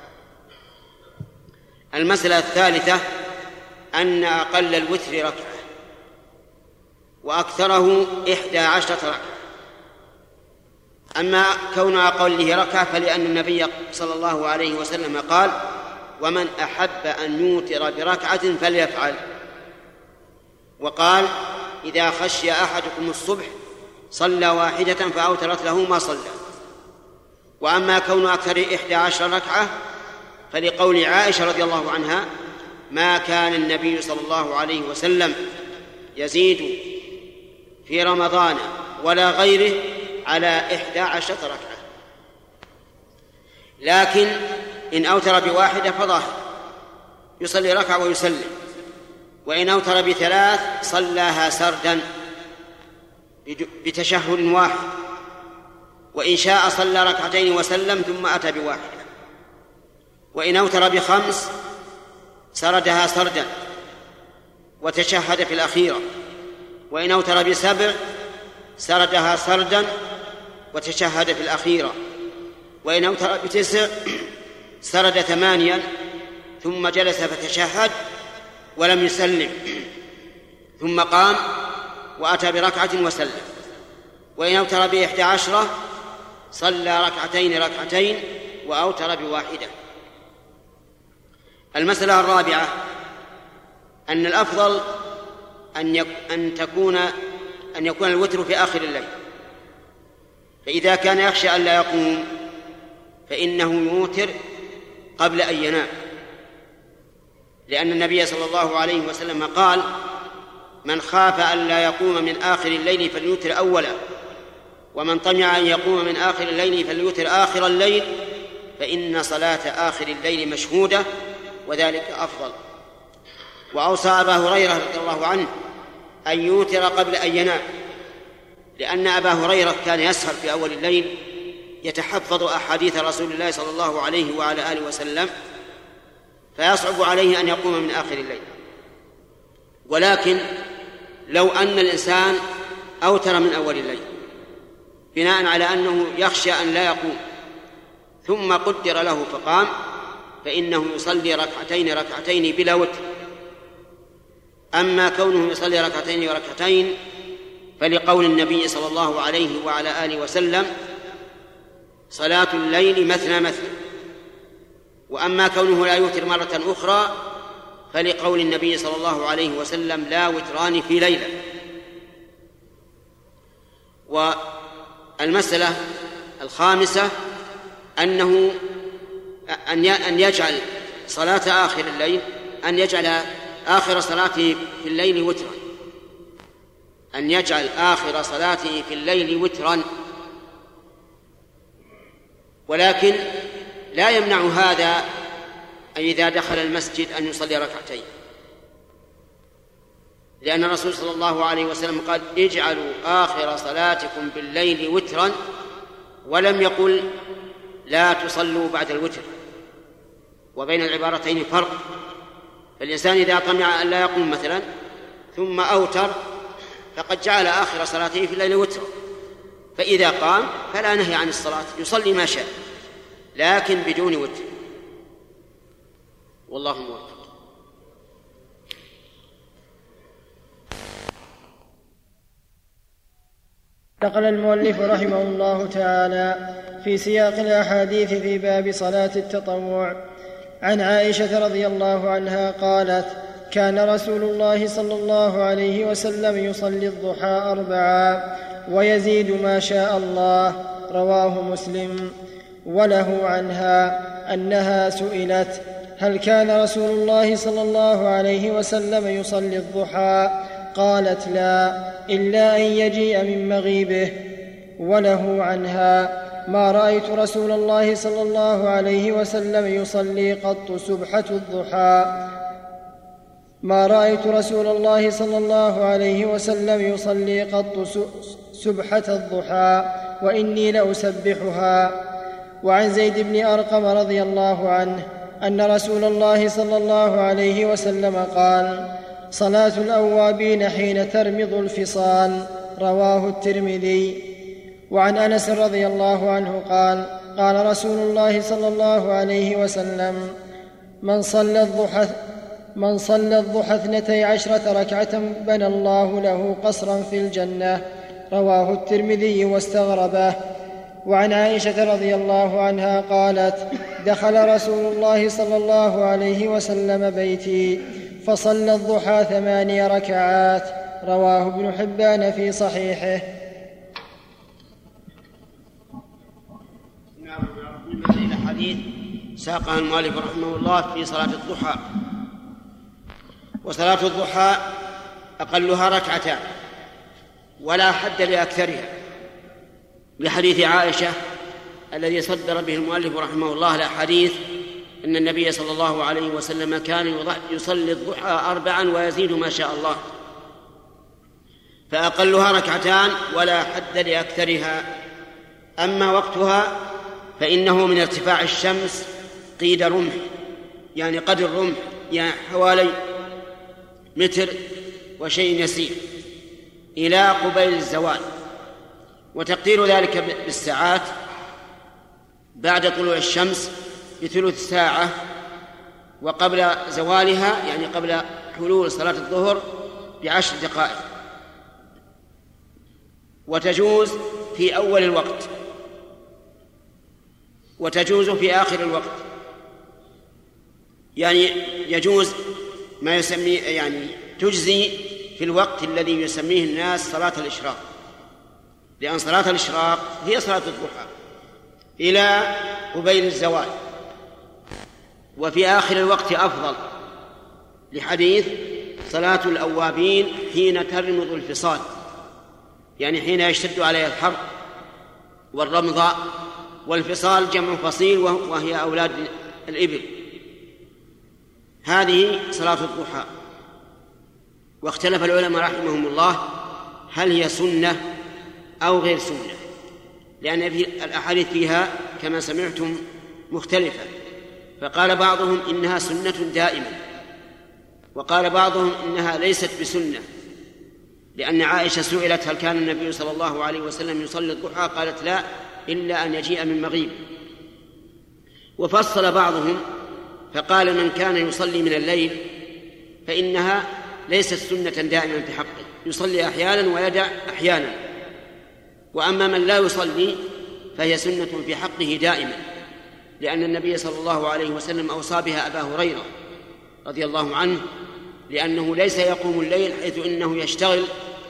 المسألة الثالثة: أن أقل الوتر ركعة وأكثره 11 ركعة. أما كون أقله ركعة فلأن النبي صلى الله عليه وسلم قال: ومن أحب أن يوتر بركعة فليفعل. وقال: إذا خشي أحدكم الصبح صلى واحدة فأوترت له ما صلى. وأما كون أكثر 11 ركعة فلقول عائشة رضي الله عنها: ما كان النبي صلى الله عليه وسلم يزيد في رمضان ولا غيره على 11 ركعة. لكن إن أوتر بواحدة فظاهر يصلي ركعة ويسلم، وإن أوتر ب3 صلاها سردا بتشهد واحد، وإن شاء صلى ركعتين وسلم ثم أتى بواحدة. وإن أوتر بخمس سردها سردا وتشهد في الأخيرة. وإن أوتر بسبع سردها سردا وتشهد في الأخيرة. وإن أوتر بتسع سرد 8 ثم جلس فتشهد ولم يسلم ثم قام وأتى بركعة وسلم. وإن أوتر ب11 صلى ركعتين وأوتر بواحدة. المسألة الرابعة أن الأفضل أن يكون الوتر في آخر الليل، فإذا كان يخشى أن لا يقوم فإنه يوتر قبل أن ينام، لأن النبي صلى الله عليه وسلم قال: من خاف أن لا يقوم من آخر الليل فليوتر أولا، ومن طمع أن يقوم من آخر الليل فليوتر آخر الليل، فإن صلاة آخر الليل مشهودة وذلك أفضل. وأوصى أبا هريرة رضي الله عنه أن يوتر قبل أن ينام، لأن أبا هريرة كان يسهر في أول الليل يتحفظ أحاديث رسول الله صلى الله عليه وعلى آله وسلم، فيصعب عليه أن يقوم من آخر الليل. ولكن لو أن الإنسان أوتر من أول الليل بناء على أنه يخشى أن لا يقوم ثم قدر له فقام، فإنه يصلي ركعتين بلا وتر. أما كونه يصلي ركعتين فلقول النبي صلى الله عليه وعلى آله وسلم: صلاة الليل مثنى مثنى. وأما كونه لا يوتر مرة أخرى فلقول النبي صلى الله عليه وسلم: لا وتران في ليلة. والمسألة الخامسة أن يجعل صلاة آخر الليل، أن يجعل آخر صلاته في الليل وترا، أن يجعل آخر صلاته في الليل وترا. ولكن لا يمنع هذا إذا دخل المسجد أن يصلي ركعتين، لأن الرسول صلى الله عليه وسلم قال: اجعلوا آخر صلاتكم بالليل وترا، ولم يقل لا تصلوا بعد الوتر. وبين العبارتين فرق. فالإنسان إذا طمع أن لا يقوم مثلا ثم أوتر فقد جعل آخر صلاته في الليل وترا، فإذا قام فلا نهي عن الصلاة، يصلي ما شاء لكن بدون وتر، والله موفق. نقل المؤلف رحمه الله تعالى في سياق الأحاديث في باب صلاة التطوع عن عائشة رضي الله عنها قالت: كان رسول الله صلى الله عليه وسلم يصلي الضحى 4 ويزيد ما شاء الله. رواه مسلم. وله عنها أنها سئلت: هل كان رسول الله صلى الله عليه وسلم يصلي الضحى؟ قالت: لا، إلا أن يجيء من مغيبه. وله عنها: ما رأيت رسول الله صلى الله عليه وسلم يصلي قط سبحة الضحى. ما رأيت رسول الله صلى الله عليه وسلم يصلي قط سبحة الضحى وإني لأسبحها. وعن زيد بن أرقم رضي الله عنه أن رسول الله صلى الله عليه وسلم قال: صلاة الأوابين حين ترمض الفصال. رواه الترمذي. وعن أنس رضي الله عنه قال: قال رسول الله صلى الله عليه وسلم: من صلى الضحى 12 ركعة بنى الله له قصرا في الجنة. رواه الترمذي واستغربه. وعن عائشة رضي الله عنها قالت: دخل رسول الله صلى الله عليه وسلم بيتي فصلى الضحى 8 ركعات. رواه ابن حبان في صحيحه. من الحديث ساقها المؤلف رحمه الله في صلاة الضحى. وصلاة الضحى أقلها 2 ركعتان ولا حد لأكثرها، لحديث عائشة الذي صدر به المؤلف رحمه الله الأحاديث أن النبي صلى الله عليه وسلم كان يصلي الضحى 4 ويزيد ما شاء الله، فأقلها 2 ركعتان ولا حد لأكثرها. أما وقتها فإنه من ارتفاع الشمس قيد رمح، يعني قدر الرمح، يعني حوالي متر وشيء يسير، إلى قبيل الزوال. وتقدير ذلك بالساعات بعد طلوع الشمس بثلث ساعة، وقبل زوالها يعني قبل حلول صلاة الظهر ب10 دقائق. وتجوز في أول الوقت وتجوز في آخر الوقت، يعني يجوز ما يسمي يعني تجزي في الوقت الذي يسميه الناس صلاة الإشراق، لأن صلاة الإشراق هي صلاة الضحى إلى قبيل الزوال. وفي آخر الوقت أفضل، لحديث صلاة الأوابين حين ترمض الفصال، يعني حين يشتد عليها الحر والرمضاء، والفصال جمع فصيل وهي أولاد الإبل. هذه صلاة الضحى. واختلف العلماء رحمهم الله هل هي سنة أو غير سنة، لأن الأحاديث فيها كما سمعتم مختلفة. فقال بعضهم إنها سنة دائمة، وقال بعضهم إنها ليست بسنة، لأن عائشة سئلت هل كان النبي صلى الله عليه وسلم يصلي الضحى؟ قالت لا، إلا أن يجيء من مغيب. وفصل بعضهم فقال من كان يصلي من الليل فإنها ليست سنة دائما في حقه، يصلي أحيانا ويدع أحيانا. وأما من لا يصلي فهي سنة في حقه دائما، لأن النبي صلى الله عليه وسلم أوصى بها أبا هريرة رضي الله عنه، لأنه ليس يقوم الليل حيث إنه يشتغل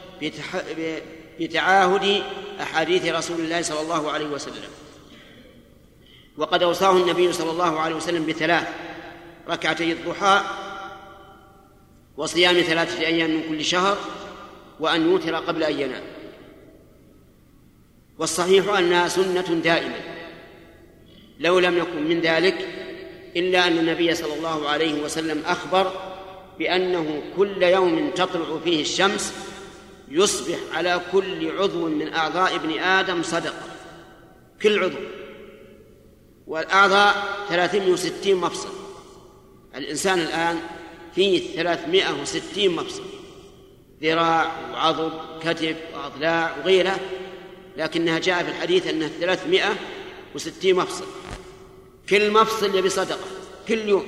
بتعاهد أحاديث رسول الله صلى الله عليه وسلم. وقد أوصاه النبي صلى الله عليه وسلم ب3 ركعتي الضحى، وصيام 3 أيام من كل شهر، وأن يوتر قبل أن ينام. والصحيح أنها سنة دائمة، لو لم يكن من ذلك إلا أن النبي صلى الله عليه وسلم أخبر بأنه كل يوم تطلع فيه الشمس يصبح على كل عضو من أعضاء ابن آدم صدقة، كل عضو. والأعضاء 360 مفصل، الإنسان الآن فيه 360 مفصل، ذراع وعضد كتف وأضلاع وغيره، لكنها جاء في الحديث أنها 360 مفصل، كل مفصل يبي صدقة كل يوم.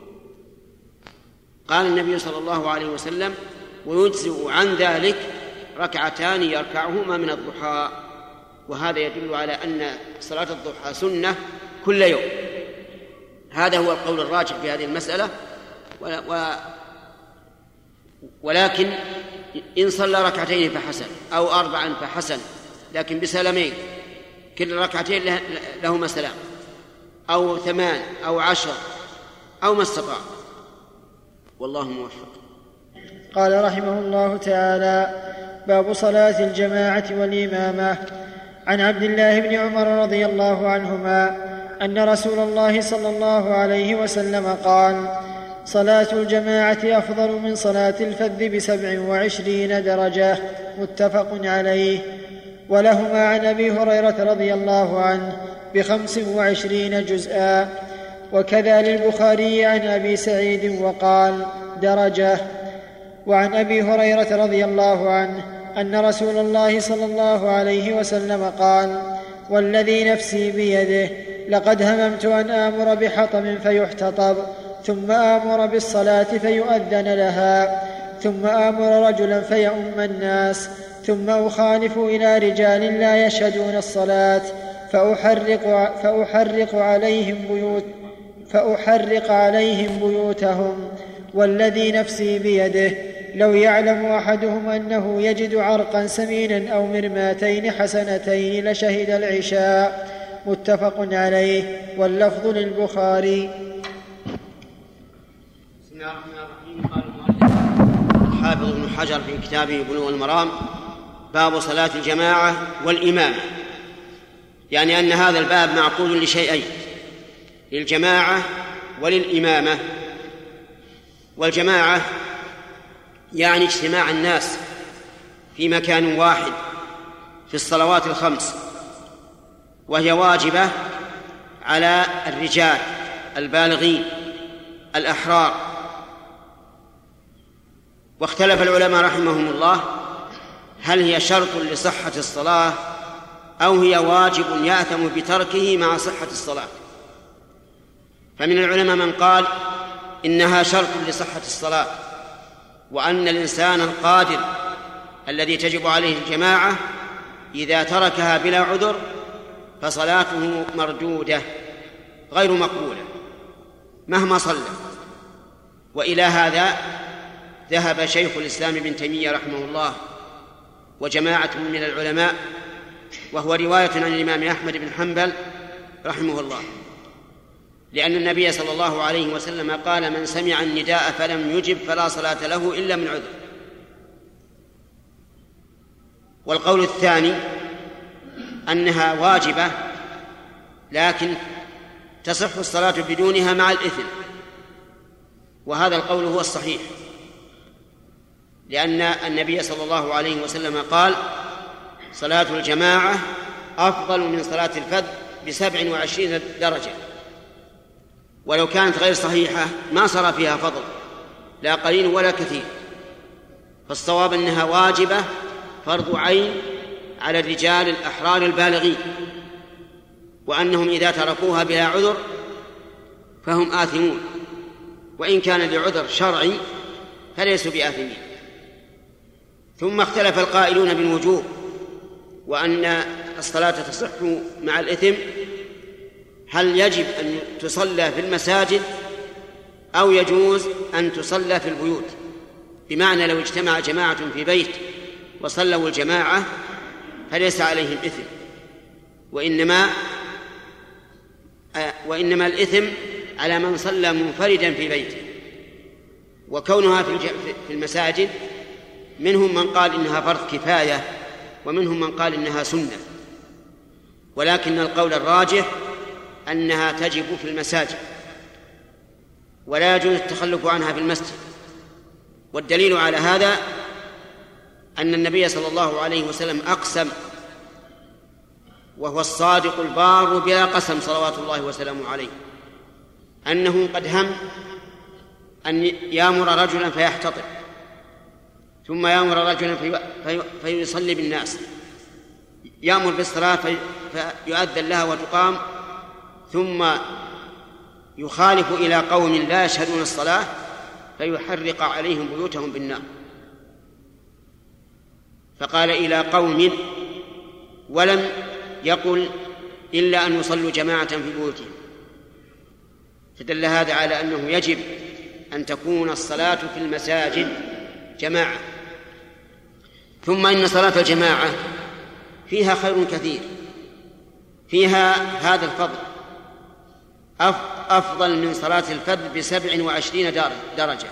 قال النبي صلى الله عليه وسلم ويجزئ عن ذلك 2 يركعهما من الضحى. وهذا يدل على أن صلاة الضحى سنة كل يوم. هذا هو القول الراجح في هذه المسألة. ولكن إن صلى 2 فحسن، أو 4 فحسن، لكن بسلامين، كل 2 لهما سلام، أو 8 أو 10 أو ما استطاع، والله موفق. قال رحمه الله تعالى: باب صلاة الجماعة والإمامة. عن عبد الله بن عمر رضي الله عنهما أن رسول الله صلى الله عليه وسلم قال: صلاة الجماعة أفضل من صلاة الفذ ب27 درجة. متفق عليه. ولهما عن أبي هريرة رضي الله عنه ب25 جزءا. وكذا للبخاري عن أبي سعيد وقال: درجة. وعن أبي هريرة رضي الله عنه أن رسول الله صلى الله عليه وسلم قال: والذي نفسي بيده لقد هممت أن آمر بحطب فيحتطب، ثم آمر بالصلاة فيؤذن لها، ثم آمر رجلا فيؤم الناس، ثم أخالف إلى رجال لا يشهدون الصلاة فأحرق عليهم بيوتهم. والذي نفسي بيده لو يعلم أحدهم أنه يجد عرقا سمينا أو مرماتين حسنتين لشهد العشاء. متفق عليه. واللفظ للبخاري. بسم الله الرحمن الرحيم. قال المؤلف الحافظ ابن حجر في كتابه بلوغ المرام: باب صلاة الجماعة والإمامة، يعني أن هذا الباب معقود لشيئين: للجماعة وللإمامة. والجماعة يعني اجتماع الناس في مكان واحد في الصلوات ال5، وهي واجبة على الرجال البالغين الأحرار. واختلف العلماء رحمهم الله هل هي شرط لصحة الصلاة أو هي واجب يأثم بتركه مع صحة الصلاة. فمن العلماء من قال إنها شرط لصحة الصلاة، وأن الإنسان القادر الذي تجب عليه الجماعة إذا تركها بلا عذر فصلاته مردودة غير مقبولة مهما صلى. وإلى هذا ذهب شيخ الإسلام ابن تيمية رحمه الله وجماعة من العلماء، وهو رواية عن الإمام أحمد بن حنبل رحمه الله، لأن النبي صلى الله عليه وسلم قال: من سمع النداء فلم يجب فلا صلاة له إلا من عذر. والقول الثاني أنها واجبة لكن تصح الصلاة بدونها مع الإثم، وهذا القول هو الصحيح، لأن النبي صلى الله عليه وسلم قال: صلاة الجماعة أفضل من صلاة الفذ ب27 درجة. ولو كانت غير صحيحة ما صار فيها فضل لا قليل ولا كثير، فالصواب أنها واجبة فرض عين على الرجال الأحرار البالغين، وأنهم إذا تركوها بلا عذر فهم آثمون، وإن كان لعذر شرعي فليسوا بآثمين. ثم اختلف القائلون بالوجوب وأن الصلاة تصح مع الإثم، هل يجب أن تصلى في المساجد أو يجوز أن تصلى في البيوت؟ بمعنى لو اجتمع جماعة في بيت وصلوا الجماعة فليس عليهم إثم، وإنما الإثم على من صلى منفردا في بيته. وكونها في المساجد منهم من قال إنها فرض كفاية ومنهم من قال إنها سنة، ولكن القول الراجح أنها تجب في المساجد ولا يجوز التخلف عنها في المسجد. والدليل على هذا أن النبي صلى الله عليه وسلم أقسم، وهو الصادق البار بلا قسم صلوات الله وسلامه عليه، أنه قد هم أن يأمر رجلا فيحتطب، ثم يأمر رجلا فيصلي بالناس، يأمر بالصلاة فيؤذن لها وتقام، ثم يخالف إلى قوم لا يشهدون الصلاة فيحرق عليهم بيوتهم بالنار. فقال إلى قوم، ولم يقل إلا أن يصلوا جماعة في بيوتهم، فدل هذا على أنه يجب أن تكون الصلاة في المساجد جماعة. ثم إن صلاة الجماعة فيها خير كثير، فيها هذا الفضل أفضل من صلاة الفذ ب27 درجة.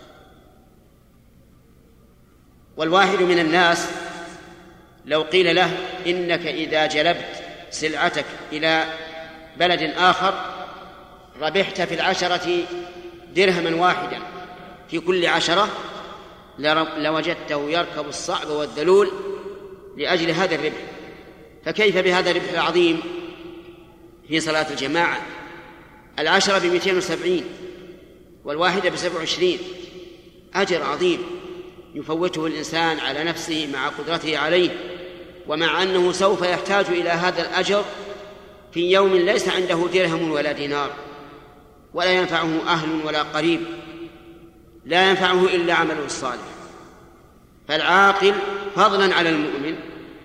والواحد من الناس لو قيل له إنك إذا جلبت سلعتك إلى بلد آخر ربحت في 10 درهما واحدا في كل 10، لوجدته يركب الصعب والذلول لأجل هذا الربح، فكيف بهذا الربح العظيم في صلاة الجماعة؟ 10 ب270 والواحدة ب27، أجر عظيم يفوته الإنسان على نفسه مع قدرته عليه، ومع أنه سوف يحتاج إلى هذا الأجر في يوم ليس عنده درهم ولا دينار، ولا ينفعه أهل ولا قريب، لا ينفعه إلا عمله الصالح. فالعاقل فضلا على المؤمن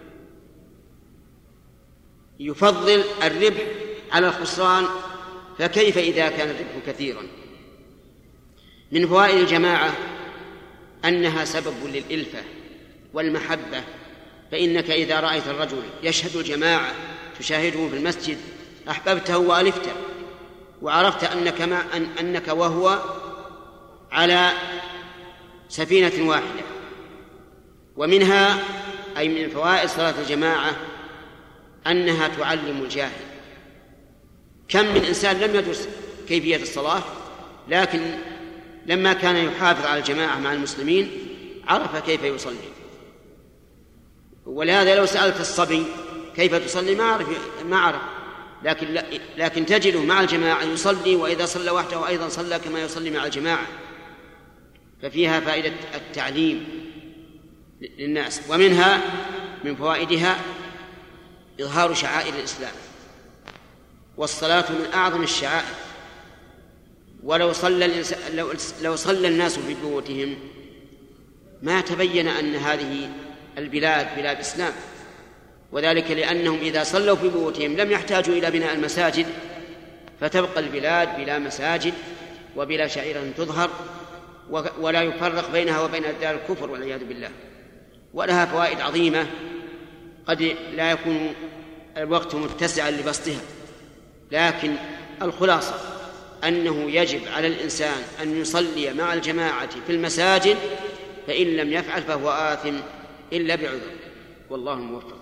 يفضل الربح على الخسران، فكيف إذا كان الربح كثيرا؟ من فوائد الجماعة أنها سبب للإلفة والمحبة، فإنك إذا رأيت الرجل يشهد الجماعة تشاهده في المسجد أحببته وألفته، وعرفت أنك وهو على سفينة واحدة. ومنها أي من فوائد صلاة الجماعة أنها تعلم الجاهل. كم من إنسان لم يدرس كيفية الصلاة، لكن لما كان يحافظ على الجماعة مع المسلمين عرف كيف يصلي. ولهذا لو سألت الصبي كيف تصلي ما عرف، لكن تجده مع الجماعة يصلي، وإذا صلى وحده أيضا صلى كما يصلي مع الجماعة، ففيها فائدة التعليم للناس. ومنها من فوائدها إظهار شعائر الإسلام، والصلاة من أعظم الشعائر. ولو صلى الناس في بيوتهم ما تبين أن هذه البلاد بلاد إسلام، وذلك لأنهم إذا صلوا في بيوتهم لم يحتاجوا إلى بناء المساجد، فتبقى البلاد بلا مساجد وبلا شعيرة تظهر، ولا يفرق بينها وبين دار الكفر والعياذ بالله. ولها فوائد عظيمة قد لا يكون الوقت متسعا لبسطها، لكن الخلاصة أنه يجب على الإنسان أن يصلي مع الجماعة في المساجد، فإن لم يفعل فهو آثم إلا بعذر، والله الموفق.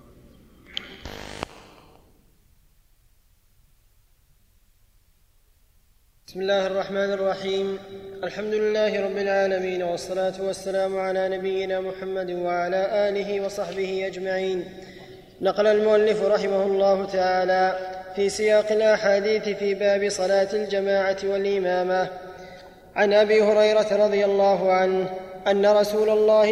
بسم الله الرحمن الرحيم. الحمد لله رب العالمين، والصلاة والسلام على نبينا محمد وعلى آله وصحبه أجمعين. نقل المؤلف رحمه الله تعالى في سياق الأحاديث في باب صلاة الجماعة والإمامة عن أبي هريرة رضي الله عنه أن رسول الله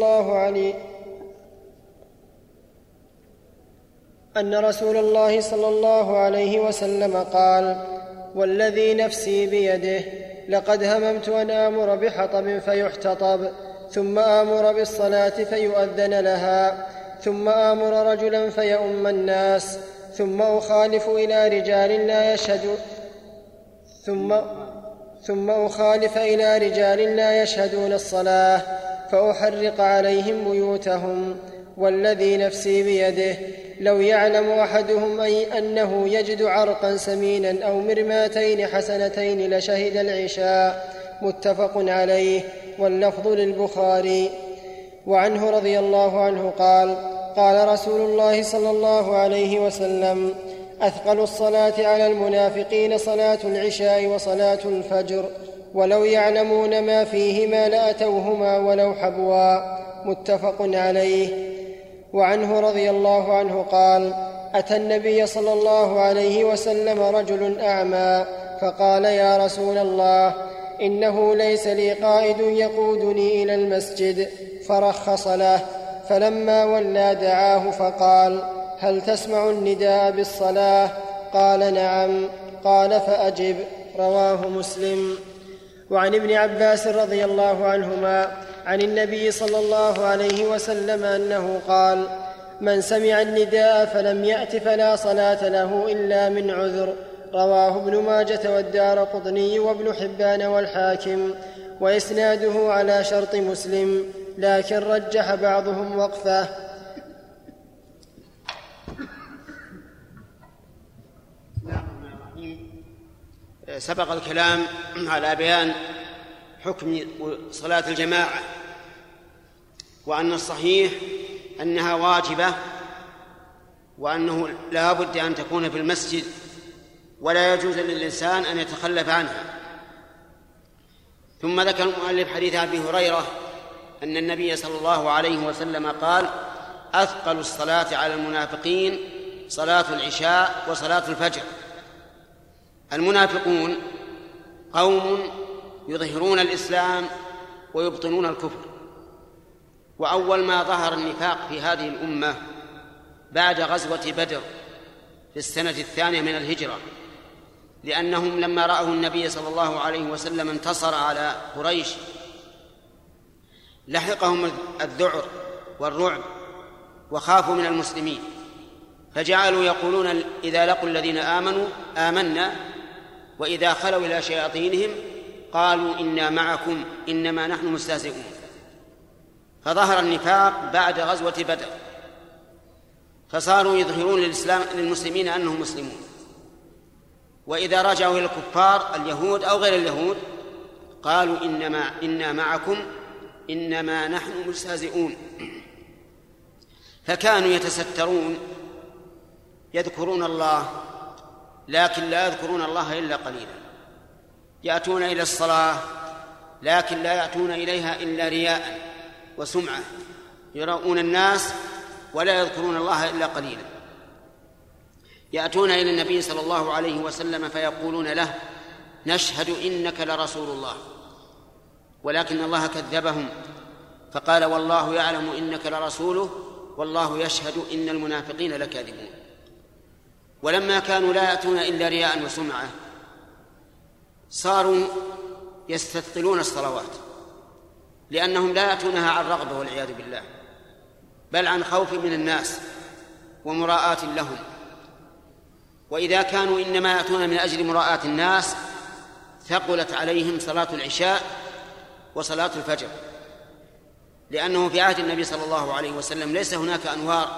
صلى الله عليه وسلم قال: والذي نفسي بيده لقد هممت أن آمر بحطب فيحتطب، ثم آمر بالصلاة فيؤذن لها، ثم آمر رجلا فيؤم الناس، ثم أخالف إلى رجال لا يشهدون الصلاة فأحرق عليهم بيوتهم. والذي نفسي بيده لو يعلم أحدهم أنه يجد عرقا سمينا أو مرماتين حسنتين لشهد العشاء. متفق عليه، واللفظ للبخاري. وعنه رضي الله عنه قال: قال رسول الله صلى الله عليه وسلم: أثقل الصلاة على المنافقين صلاة العشاء وصلاة الفجر، ولو يعلمون ما فيهما لأتوهما ولو حبوا. متفق عليه. وعنه رضي الله عنه قال: أتى النبي صلى الله عليه وسلم رجل أعمى فقال: يا رسول الله، إنه ليس لي قائد يقودني إلى المسجد، فرخص له. فلما ولى دعاه فقال: هل تسمع النداء بالصلاة؟ قال: نعم. قال: فأجب. رواه مسلم. وعن ابن عباس رضي الله عنهما عن النبي صلى الله عليه وسلم أنه قال: من سمع النداء فلم يأت فلا صلاة له إلا من عذر. رواه ابن ماجة والدارقطني وابن حبان والحاكم، وإسناده على شرط مسلم، لكن رجح بعضهم وقفه. سبق الكلام على بيان حكم صلاة الجماعة، وأن الصحيح أنها واجبة، وأنه لا بد أن تكون في المسجد، ولا يجوز للإنسان أن يتخلف عنها. ثم ذكر المؤلف حديث أبي هريرة أن النبي صلى الله عليه وسلم قال: أثقل الصلاة على المنافقين صلاة العشاء وصلاة الفجر. المنافقون قوم يظهرون الإسلام ويبطنون الكفر، وأول ما ظهر النفاق في هذه الأمة بعد غزوة بدر في السنة 2 من الهجرة، لأنهم لما رأوا النبي صلى الله عليه وسلم انتصر على قريش لحقهم الذعر والرعب وخافوا من المسلمين، فجعلوا يقولون إذا لقوا الذين آمنوا آمنا، وإذا خلوا إلى شياطينهم قالوا إنا معكم إنما نحن مستهزئون. فظهر النفاق بعد غزوة بدر، فصاروا يظهرون للمسلمين أنهم مسلمون، وإذا رجعوا إلى الكفار اليهود أو غير اليهود قالوا إنا معكم إنما نحن مستهزئون. فكانوا يتسترون يذكرون الله، لكن لا يذكرون الله إلا قليلا، يأتون إلى الصلاة لكن لا يأتون إليها إلا رياء وسمعة، يراؤون الناس ولا يذكرون الله إلا قليلا. يأتون إلى النبي صلى الله عليه وسلم فيقولون له: نشهد إنك لرسول الله، ولكن الله كذبهم فقال: والله يعلم إنك لرسوله والله يشهد إن المنافقين لكاذبون. ولما كانوا لا يأتون إلا رياء وسمعة صاروا يستثقلون الصلوات، لأنهم لا يأتونها عن رغبة والعياذ بالله، بل عن خوف من الناس ومراءة لهم. وإذا كانوا إنما يأتون من أجل مراءة الناس ثقلت عليهم صلاة العشاء وصلاة الفجر، لأنه في عهد النبي صلى الله عليه وسلم ليس هناك أنوار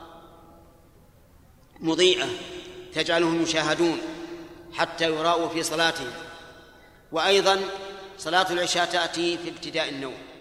مضيئة تجعلهم يشاهدون حتى يراءوا في صلاتهم. وأيضا صلاة العشاء تأتي في ابتداء النوم،